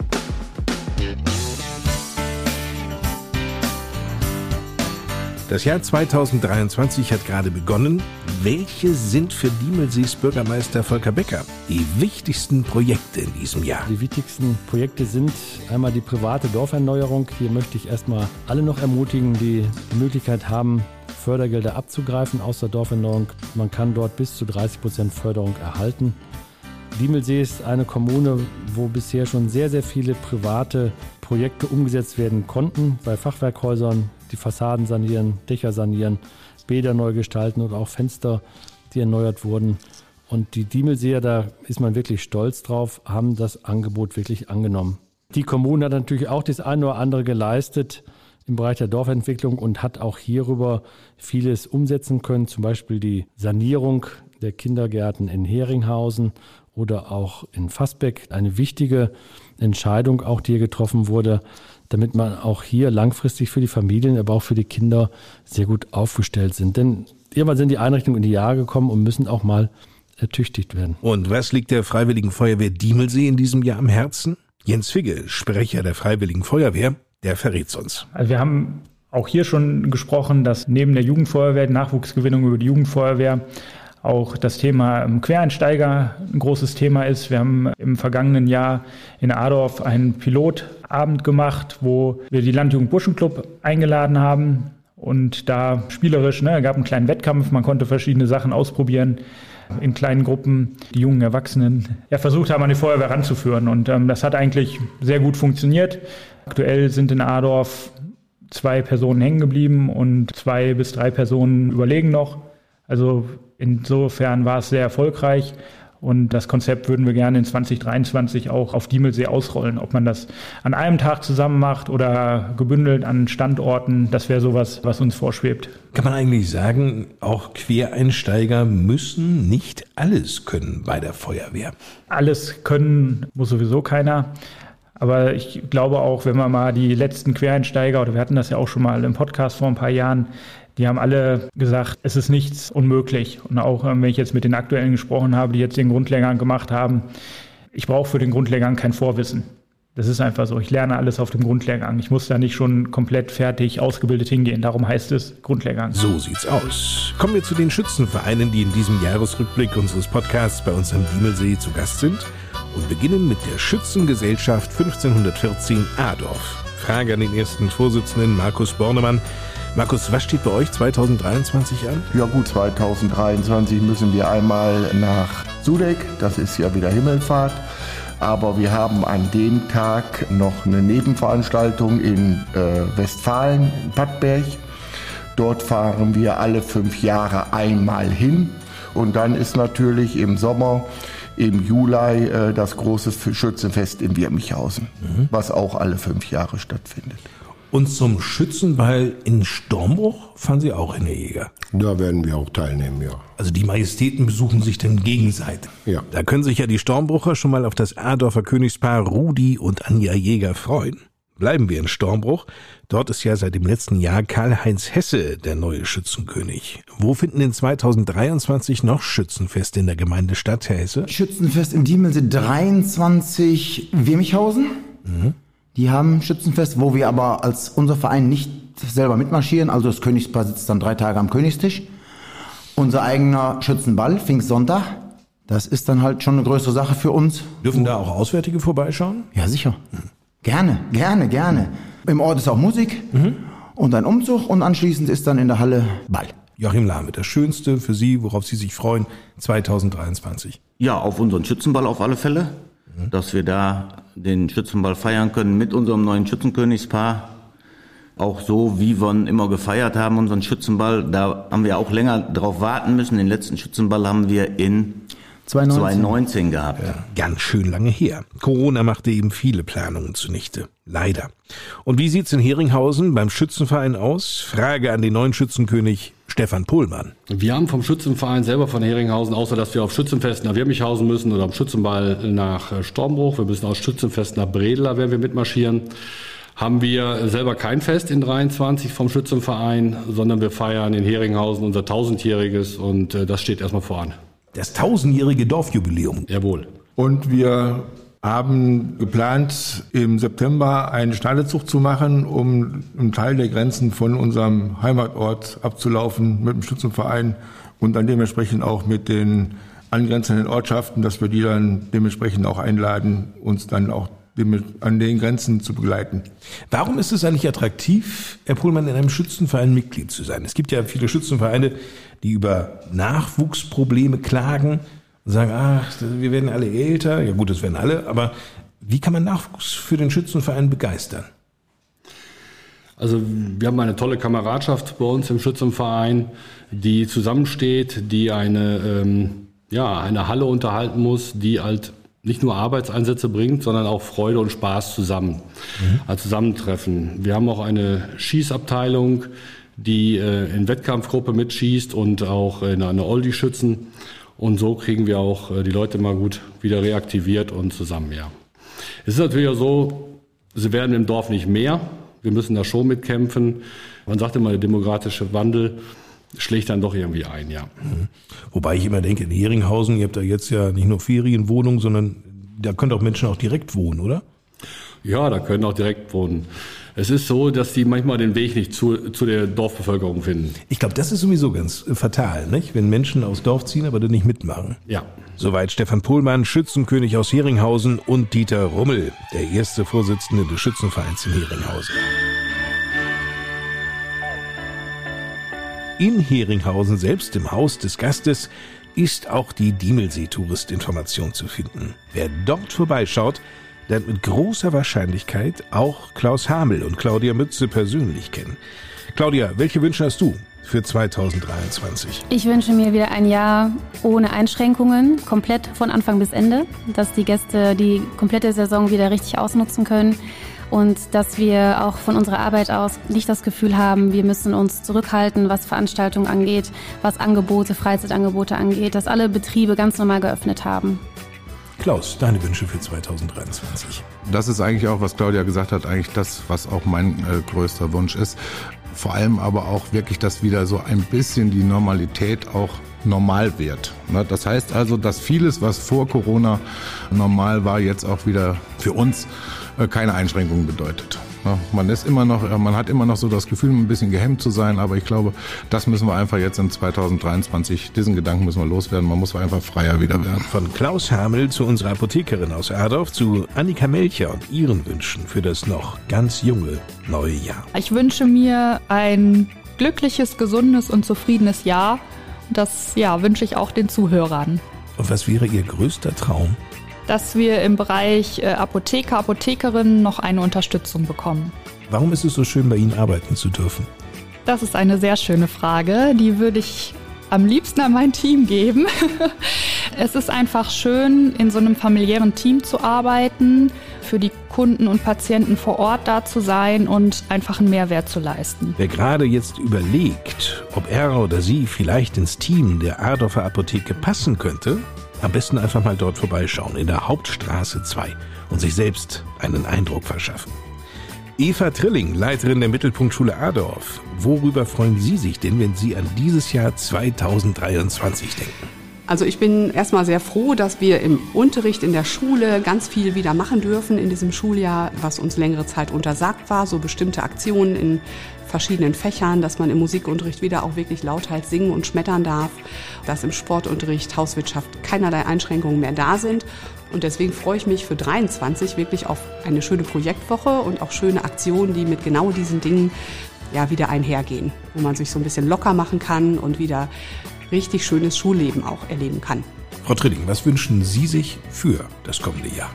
Das Jahr zwanzig dreiundzwanzig hat gerade begonnen. Welche sind für Diemelsees Bürgermeister Volker Becker die wichtigsten Projekte in diesem Jahr? Die wichtigsten Projekte sind einmal die private Dorferneuerung. Hier möchte ich erstmal alle noch ermutigen, die die Möglichkeit haben, Fördergelder abzugreifen aus der Dorferneuerung. Man kann dort bis zu dreißig Prozent Förderung erhalten. Diemelsee ist eine Kommune, wo bisher schon sehr, sehr viele private Projekte umgesetzt werden konnten. Bei Fachwerkhäusern, die Fassaden sanieren, Dächer sanieren, Bäder neu gestalten oder auch Fenster, die erneuert wurden. Und die Diemelseer, da ist man wirklich stolz drauf, haben das Angebot wirklich angenommen. Die Kommune hat natürlich auch das eine oder andere geleistet im Bereich der Dorfentwicklung und hat auch hierüber vieles umsetzen können. Zum Beispiel die Sanierung der Kindergärten in Heringhausen oder auch in Fassbeck. Eine wichtige Entscheidung auch, die hier getroffen wurde, damit man auch hier langfristig für die Familien, aber auch für die Kinder sehr gut aufgestellt sind. Denn irgendwann sind die Einrichtungen in die Jahre gekommen und müssen auch mal ertüchtigt werden. Und was liegt der Freiwilligen Feuerwehr Diemelsee in diesem Jahr am Herzen? Jens Figge, Sprecher der Freiwilligen Feuerwehr, der verrät uns. Also wir haben auch hier schon gesprochen, dass neben der Jugendfeuerwehr, die Nachwuchsgewinnung über die Jugendfeuerwehr, auch das Thema Quereinsteiger ein großes Thema ist. Wir haben im vergangenen Jahr in Adorf einen Pilotabend gemacht, wo wir die Landjugend Burschenclub eingeladen haben und da spielerisch, ne, gab einen kleinen Wettkampf, man konnte verschiedene Sachen ausprobieren in kleinen Gruppen, die jungen Erwachsenen ja, versucht haben, an die Feuerwehr ranzuführen und ähm, das hat eigentlich sehr gut funktioniert. Aktuell sind in Adorf zwei Personen hängen geblieben und zwei bis drei Personen überlegen noch. Also insofern war es sehr erfolgreich Und das Konzept würden wir gerne in zwanzig dreiundzwanzig auch auf Diemelsee ausrollen. Ob man das an einem Tag zusammen macht oder gebündelt an Standorten, das wäre sowas, was uns vorschwebt. Kann man eigentlich sagen, auch Quereinsteiger müssen nicht alles können bei der Feuerwehr? Alles können muss sowieso keiner. Aber ich glaube auch, wenn man mal die letzten Quereinsteiger, oder wir hatten das ja auch schon mal im Podcast vor ein paar Jahren, die haben alle gesagt, es ist nichts unmöglich. Und auch wenn ich jetzt mit den Aktuellen gesprochen habe, die jetzt den Grundlehrgang gemacht haben, ich brauche für den Grundlehrgang kein Vorwissen. Das ist einfach so. Ich lerne alles auf dem Grundlehrgang. Ich muss da nicht schon komplett fertig ausgebildet hingehen. Darum heißt es Grundlehrgang. So sieht's aus. Kommen wir zu den Schützenvereinen, die in diesem Jahresrückblick unseres Podcasts bei uns am Diemelsee zu Gast sind. Und beginnen mit der Schützengesellschaft fünfzehnhundertvierzehn Adorf. Frage an den ersten Vorsitzenden Markus Bornemann. Markus, was steht bei euch zwanzig dreiundzwanzig an? Ja gut, zwanzig dreiundzwanzig müssen wir einmal nach Sudeck, das ist ja wieder Himmelfahrt. Aber wir haben an dem Tag noch eine Nebenveranstaltung in äh, Westfalen, in Pattberg. Dort fahren wir alle fünf Jahre einmal hin. Und dann ist natürlich im Sommer, im Juli, äh, das große Schützenfest in Wirmichhausen, mhm. was auch alle fünf Jahre stattfindet. Und zum Schützenball in Stormbruch fahren Sie auch hin, Herr Jäger? Da werden wir auch teilnehmen, ja. Also die Majestäten besuchen sich dann gegenseitig. Ja. Da können sich ja die Stormbrucher schon mal auf das Adorfer Königspaar Rudi und Anja Jäger freuen. Bleiben wir in Stormbruch. Dort ist ja seit dem letzten Jahr Karl-Heinz Hesse der neue Schützenkönig. Wo finden in zwanzig dreiundzwanzig noch Schützenfeste in der Gemeinde statt, Herr Hesse? Schützenfest in Diemelsee dreiundzwanzig Wirmichhausen. Mhm. Die haben Schützenfest, wo wir aber als unser Verein nicht selber mitmarschieren. Also das Königspaar sitzt dann drei Tage am Königstisch. Unser eigener Schützenball, Pfingstsonntag, das ist dann halt schon eine größere Sache für uns. Dürfen da auch Auswärtige vorbeischauen? Ja, sicher. Mhm. Gerne, gerne, gerne. Im Ort ist auch Musik mhm. und ein Umzug und anschließend ist dann in der Halle Ball. Joachim Lahme, das Schönste für Sie, worauf Sie sich freuen, zwanzig dreiundzwanzig? Ja, auf unseren Schützenball auf alle Fälle. Dass wir da den Schützenball feiern können mit unserem neuen Schützenkönigspaar. Auch so, wie wir ihn immer gefeiert haben, unseren Schützenball. Da haben wir auch länger drauf warten müssen. Den letzten Schützenball haben wir in zwanzig neunzehn gehabt. Ja, ganz schön lange her. Corona machte eben viele Planungen zunichte. Leider. Und wie sieht's in Heringhausen beim Schützenverein aus? Frage an den neuen Schützenkönig Stefan Pohlmann. Wir haben vom Schützenverein selber von Heringhausen, außer dass wir auf Schützenfest nach Wirmichhausen müssen oder am Schützenball nach Stormbruch, wir müssen aus Schützenfest nach Bredela, wenn wir mitmarschieren, haben wir selber kein Fest in dreiundzwanzig vom Schützenverein, sondern wir feiern in Heringhausen unser tausendjähriges und das steht erstmal voran. Das tausendjährige Dorfjubiläum. Jawohl. Und wir haben geplant, im September einen Schneidezug zu machen, um einen Teil der Grenzen von unserem Heimatort abzulaufen mit dem Schützenverein und dann dementsprechend auch mit den angrenzenden Ortschaften, dass wir die dann dementsprechend auch einladen, uns dann auch an den Grenzen zu begleiten. Warum ist es eigentlich attraktiv, Herr Pohlmann, in einem Schützenverein Mitglied zu sein? Es gibt ja viele Schützenvereine, die über Nachwuchsprobleme klagen und sagen, ach, wir werden alle älter. Ja gut, das werden alle, aber wie kann man Nachwuchs für den Schützenverein begeistern? Also wir haben eine tolle Kameradschaft bei uns im Schützenverein, die zusammensteht, die eine, ähm, ja, eine Halle unterhalten muss, die halt nicht nur Arbeitseinsätze bringt, sondern auch Freude und Spaß zusammen, mhm. als Zusammentreffen. Wir haben auch eine Schießabteilung, die äh, in Wettkampfgruppe mitschießt und auch in eine Oldie-Schützen. Und so kriegen wir auch äh, die Leute mal gut wieder reaktiviert und zusammen, ja. Es ist natürlich auch so, sie werden im Dorf nicht mehr. Wir müssen da schon mitkämpfen. Man sagt immer, der demografische Wandel schlägt dann doch irgendwie ein, ja. Wobei ich immer denke, in Heringhausen, ihr habt da jetzt ja nicht nur Ferienwohnungen, sondern da können auch Menschen auch direkt wohnen, oder? Ja, da können auch direkt wohnen. Es ist so, dass die manchmal den Weg nicht zu, zu der Dorfbevölkerung finden. Ich glaube, das ist sowieso ganz fatal, nicht? Wenn Menschen aufs Dorf ziehen, aber dann nicht mitmachen. Ja. Soweit Stefan Pohlmann, Schützenkönig aus Heringhausen, und Dieter Rummel, der erste Vorsitzende des Schützenvereins in Heringhausen. In Heringhausen selbst, im Haus des Gastes, ist auch die Diemelsee-Touristinformation zu finden. Wer dort vorbeischaut, lernt mit großer Wahrscheinlichkeit auch Klaus Hamel und Claudia Mütze persönlich kennen. Claudia, welche Wünsche hast du für zweitausenddreiundzwanzig? Ich wünsche mir wieder ein Jahr ohne Einschränkungen, komplett von Anfang bis Ende, dass die Gäste die komplette Saison wieder richtig ausnutzen können und dass wir auch von unserer Arbeit aus nicht das Gefühl haben, wir müssen uns zurückhalten, was Veranstaltungen angeht, was Angebote, Freizeitangebote angeht, dass alle Betriebe ganz normal geöffnet haben. Klaus, deine Wünsche für zweitausenddreiundzwanzig? Das ist eigentlich auch, was Claudia gesagt hat, eigentlich das, was auch mein äh, größter Wunsch ist. Vor allem aber auch wirklich, dass wieder so ein bisschen die Normalität auch normal wird. Das heißt also, dass vieles, was vor Corona normal war, jetzt auch wieder für uns keine Einschränkungen bedeutet. Man ist immer noch, man hat immer noch so das Gefühl, ein bisschen gehemmt zu sein, aber ich glaube, das müssen wir einfach jetzt in zweitausenddreiundzwanzig, diesen Gedanken müssen wir loswerden, man muss einfach freier wieder werden. Von Klaus Hermel zu unserer Apothekerin aus Erdorf zu Annika Melcher und ihren Wünschen für das noch ganz junge neue Jahr. Ich wünsche mir ein glückliches, gesundes und zufriedenes Jahr. Das ja, wünsche ich auch den Zuhörern. Und was wäre Ihr größter Traum? Dass wir im Bereich Apotheker, Apothekerinnen noch eine Unterstützung bekommen. Warum ist es so schön, bei Ihnen arbeiten zu dürfen? Das ist eine sehr schöne Frage. Die würde ich am liebsten an mein Team geben. Es ist einfach schön, in so einem familiären Team zu arbeiten, für die Kunden und Patienten vor Ort da zu sein und einfach einen Mehrwert zu leisten. Wer gerade jetzt überlegt, ob er oder sie vielleicht ins Team der Erdorfer Apotheke passen könnte, am besten einfach mal dort vorbeischauen, in der Hauptstraße zwei, und sich selbst einen Eindruck verschaffen. Eva Trilling, Leiterin der Mittelpunktschule Adorf. Worüber freuen Sie sich denn, wenn Sie an dieses Jahr zweitausenddreiundzwanzig denken? Also ich bin erstmal sehr froh, dass wir im Unterricht in der Schule ganz viel wieder machen dürfen in diesem Schuljahr, was uns längere Zeit untersagt war, so bestimmte Aktionen in verschiedenen Fächern, dass man im Musikunterricht wieder auch wirklich lauthals singen und schmettern darf, dass im Sportunterricht, Hauswirtschaft keinerlei Einschränkungen mehr da sind. Und deswegen freue ich mich für dreiundzwanzig wirklich auf eine schöne Projektwoche und auch schöne Aktionen, die mit genau diesen Dingen ja wieder einhergehen, wo man sich so ein bisschen locker machen kann und wieder richtig schönes Schulleben auch erleben kann. Frau Trilling, was wünschen Sie sich für das kommende Jahr?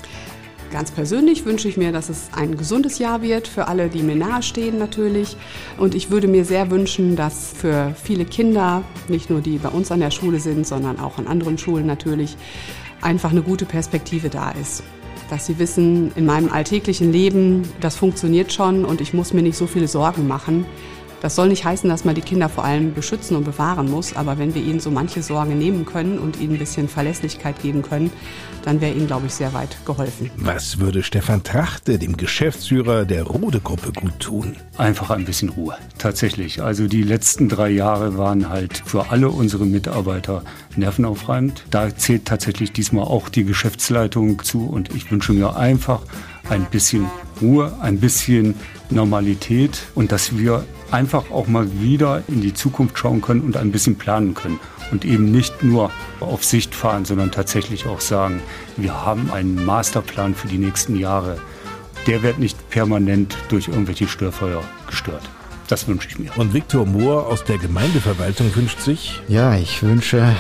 Ganz persönlich wünsche ich mir, dass es ein gesundes Jahr wird, für alle, die mir nahestehen natürlich. Und ich würde mir sehr wünschen, dass für viele Kinder, nicht nur die bei uns an der Schule sind, sondern auch an anderen Schulen natürlich, einfach eine gute Perspektive da ist. Dass sie wissen, in meinem alltäglichen Leben, das funktioniert schon und ich muss mir nicht so viele Sorgen machen. Das soll nicht heißen, dass man die Kinder vor allem beschützen und bewahren muss, aber wenn wir ihnen so manche Sorgen nehmen können und ihnen ein bisschen Verlässlichkeit geben können, dann wäre ihnen, glaube ich, sehr weit geholfen. Was würde Stefan Trachte, dem Geschäftsführer der Rode-Gruppe, gut tun? Einfach ein bisschen Ruhe, tatsächlich. Also die letzten drei Jahre waren halt für alle unsere Mitarbeiter nervenaufreibend. Da zählt tatsächlich diesmal auch die Geschäftsleitung zu und ich wünsche mir einfach ein bisschen Ruhe, ein bisschen Normalität und dass wir einfach auch mal wieder in die Zukunft schauen können und ein bisschen planen können und eben nicht nur auf Sicht fahren, sondern tatsächlich auch sagen, wir haben einen Masterplan für die nächsten Jahre. Der wird nicht permanent durch irgendwelche Störfeuer gestört. Das wünsche ich mir. Und Viktor Mohr aus der Gemeindeverwaltung wünscht sich? Ja, ich wünsche,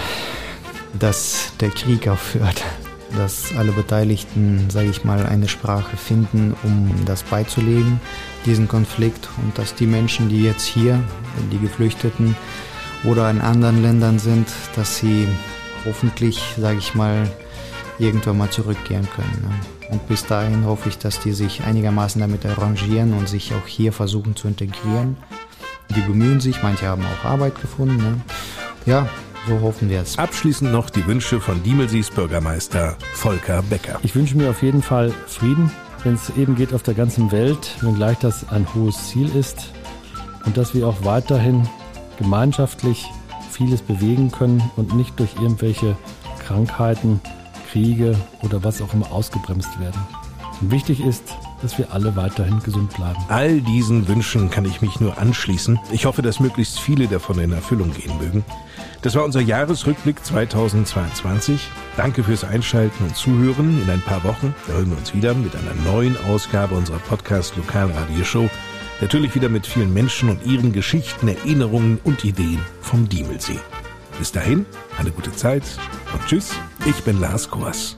dass der Krieg aufhört. Dass alle Beteiligten, sage ich mal, eine Sprache finden, um das beizulegen, diesen Konflikt. Und dass die Menschen, die jetzt hier, die Geflüchteten oder in anderen Ländern sind, dass sie hoffentlich, sage ich mal, irgendwann mal zurückkehren können. Ne? Und bis dahin hoffe ich, dass die sich einigermaßen damit arrangieren und sich auch hier versuchen zu integrieren. Die bemühen sich, manche haben auch Arbeit gefunden. Ne? Ja, so hoffen wir es. Abschließend noch die Wünsche von Diemelsees Bürgermeister Volker Becker. Ich wünsche mir auf jeden Fall Frieden, wenn es eben geht auf der ganzen Welt, wenngleich das ein hohes Ziel ist. Und dass wir auch weiterhin gemeinschaftlich vieles bewegen können und nicht durch irgendwelche Krankheiten, Kriege oder was auch immer ausgebremst werden. Und wichtig ist, dass wir alle weiterhin gesund bleiben. All diesen Wünschen kann ich mich nur anschließen. Ich hoffe, dass möglichst viele davon in Erfüllung gehen mögen. Das war unser Jahresrückblick zweitausendzweiundzwanzig. Danke fürs Einschalten und Zuhören. In ein paar Wochen hören wir uns wieder mit einer neuen Ausgabe unserer Podcast-Lokalradio-Show. Natürlich wieder mit vielen Menschen und ihren Geschichten, Erinnerungen und Ideen vom Diemelsee. Bis dahin, eine gute Zeit und tschüss, ich bin Lars Kors.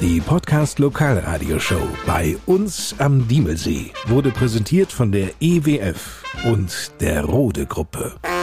Die Podcast Lokalradioshow bei uns am Diemelsee wurde präsentiert von der E W F und der Rode Gruppe.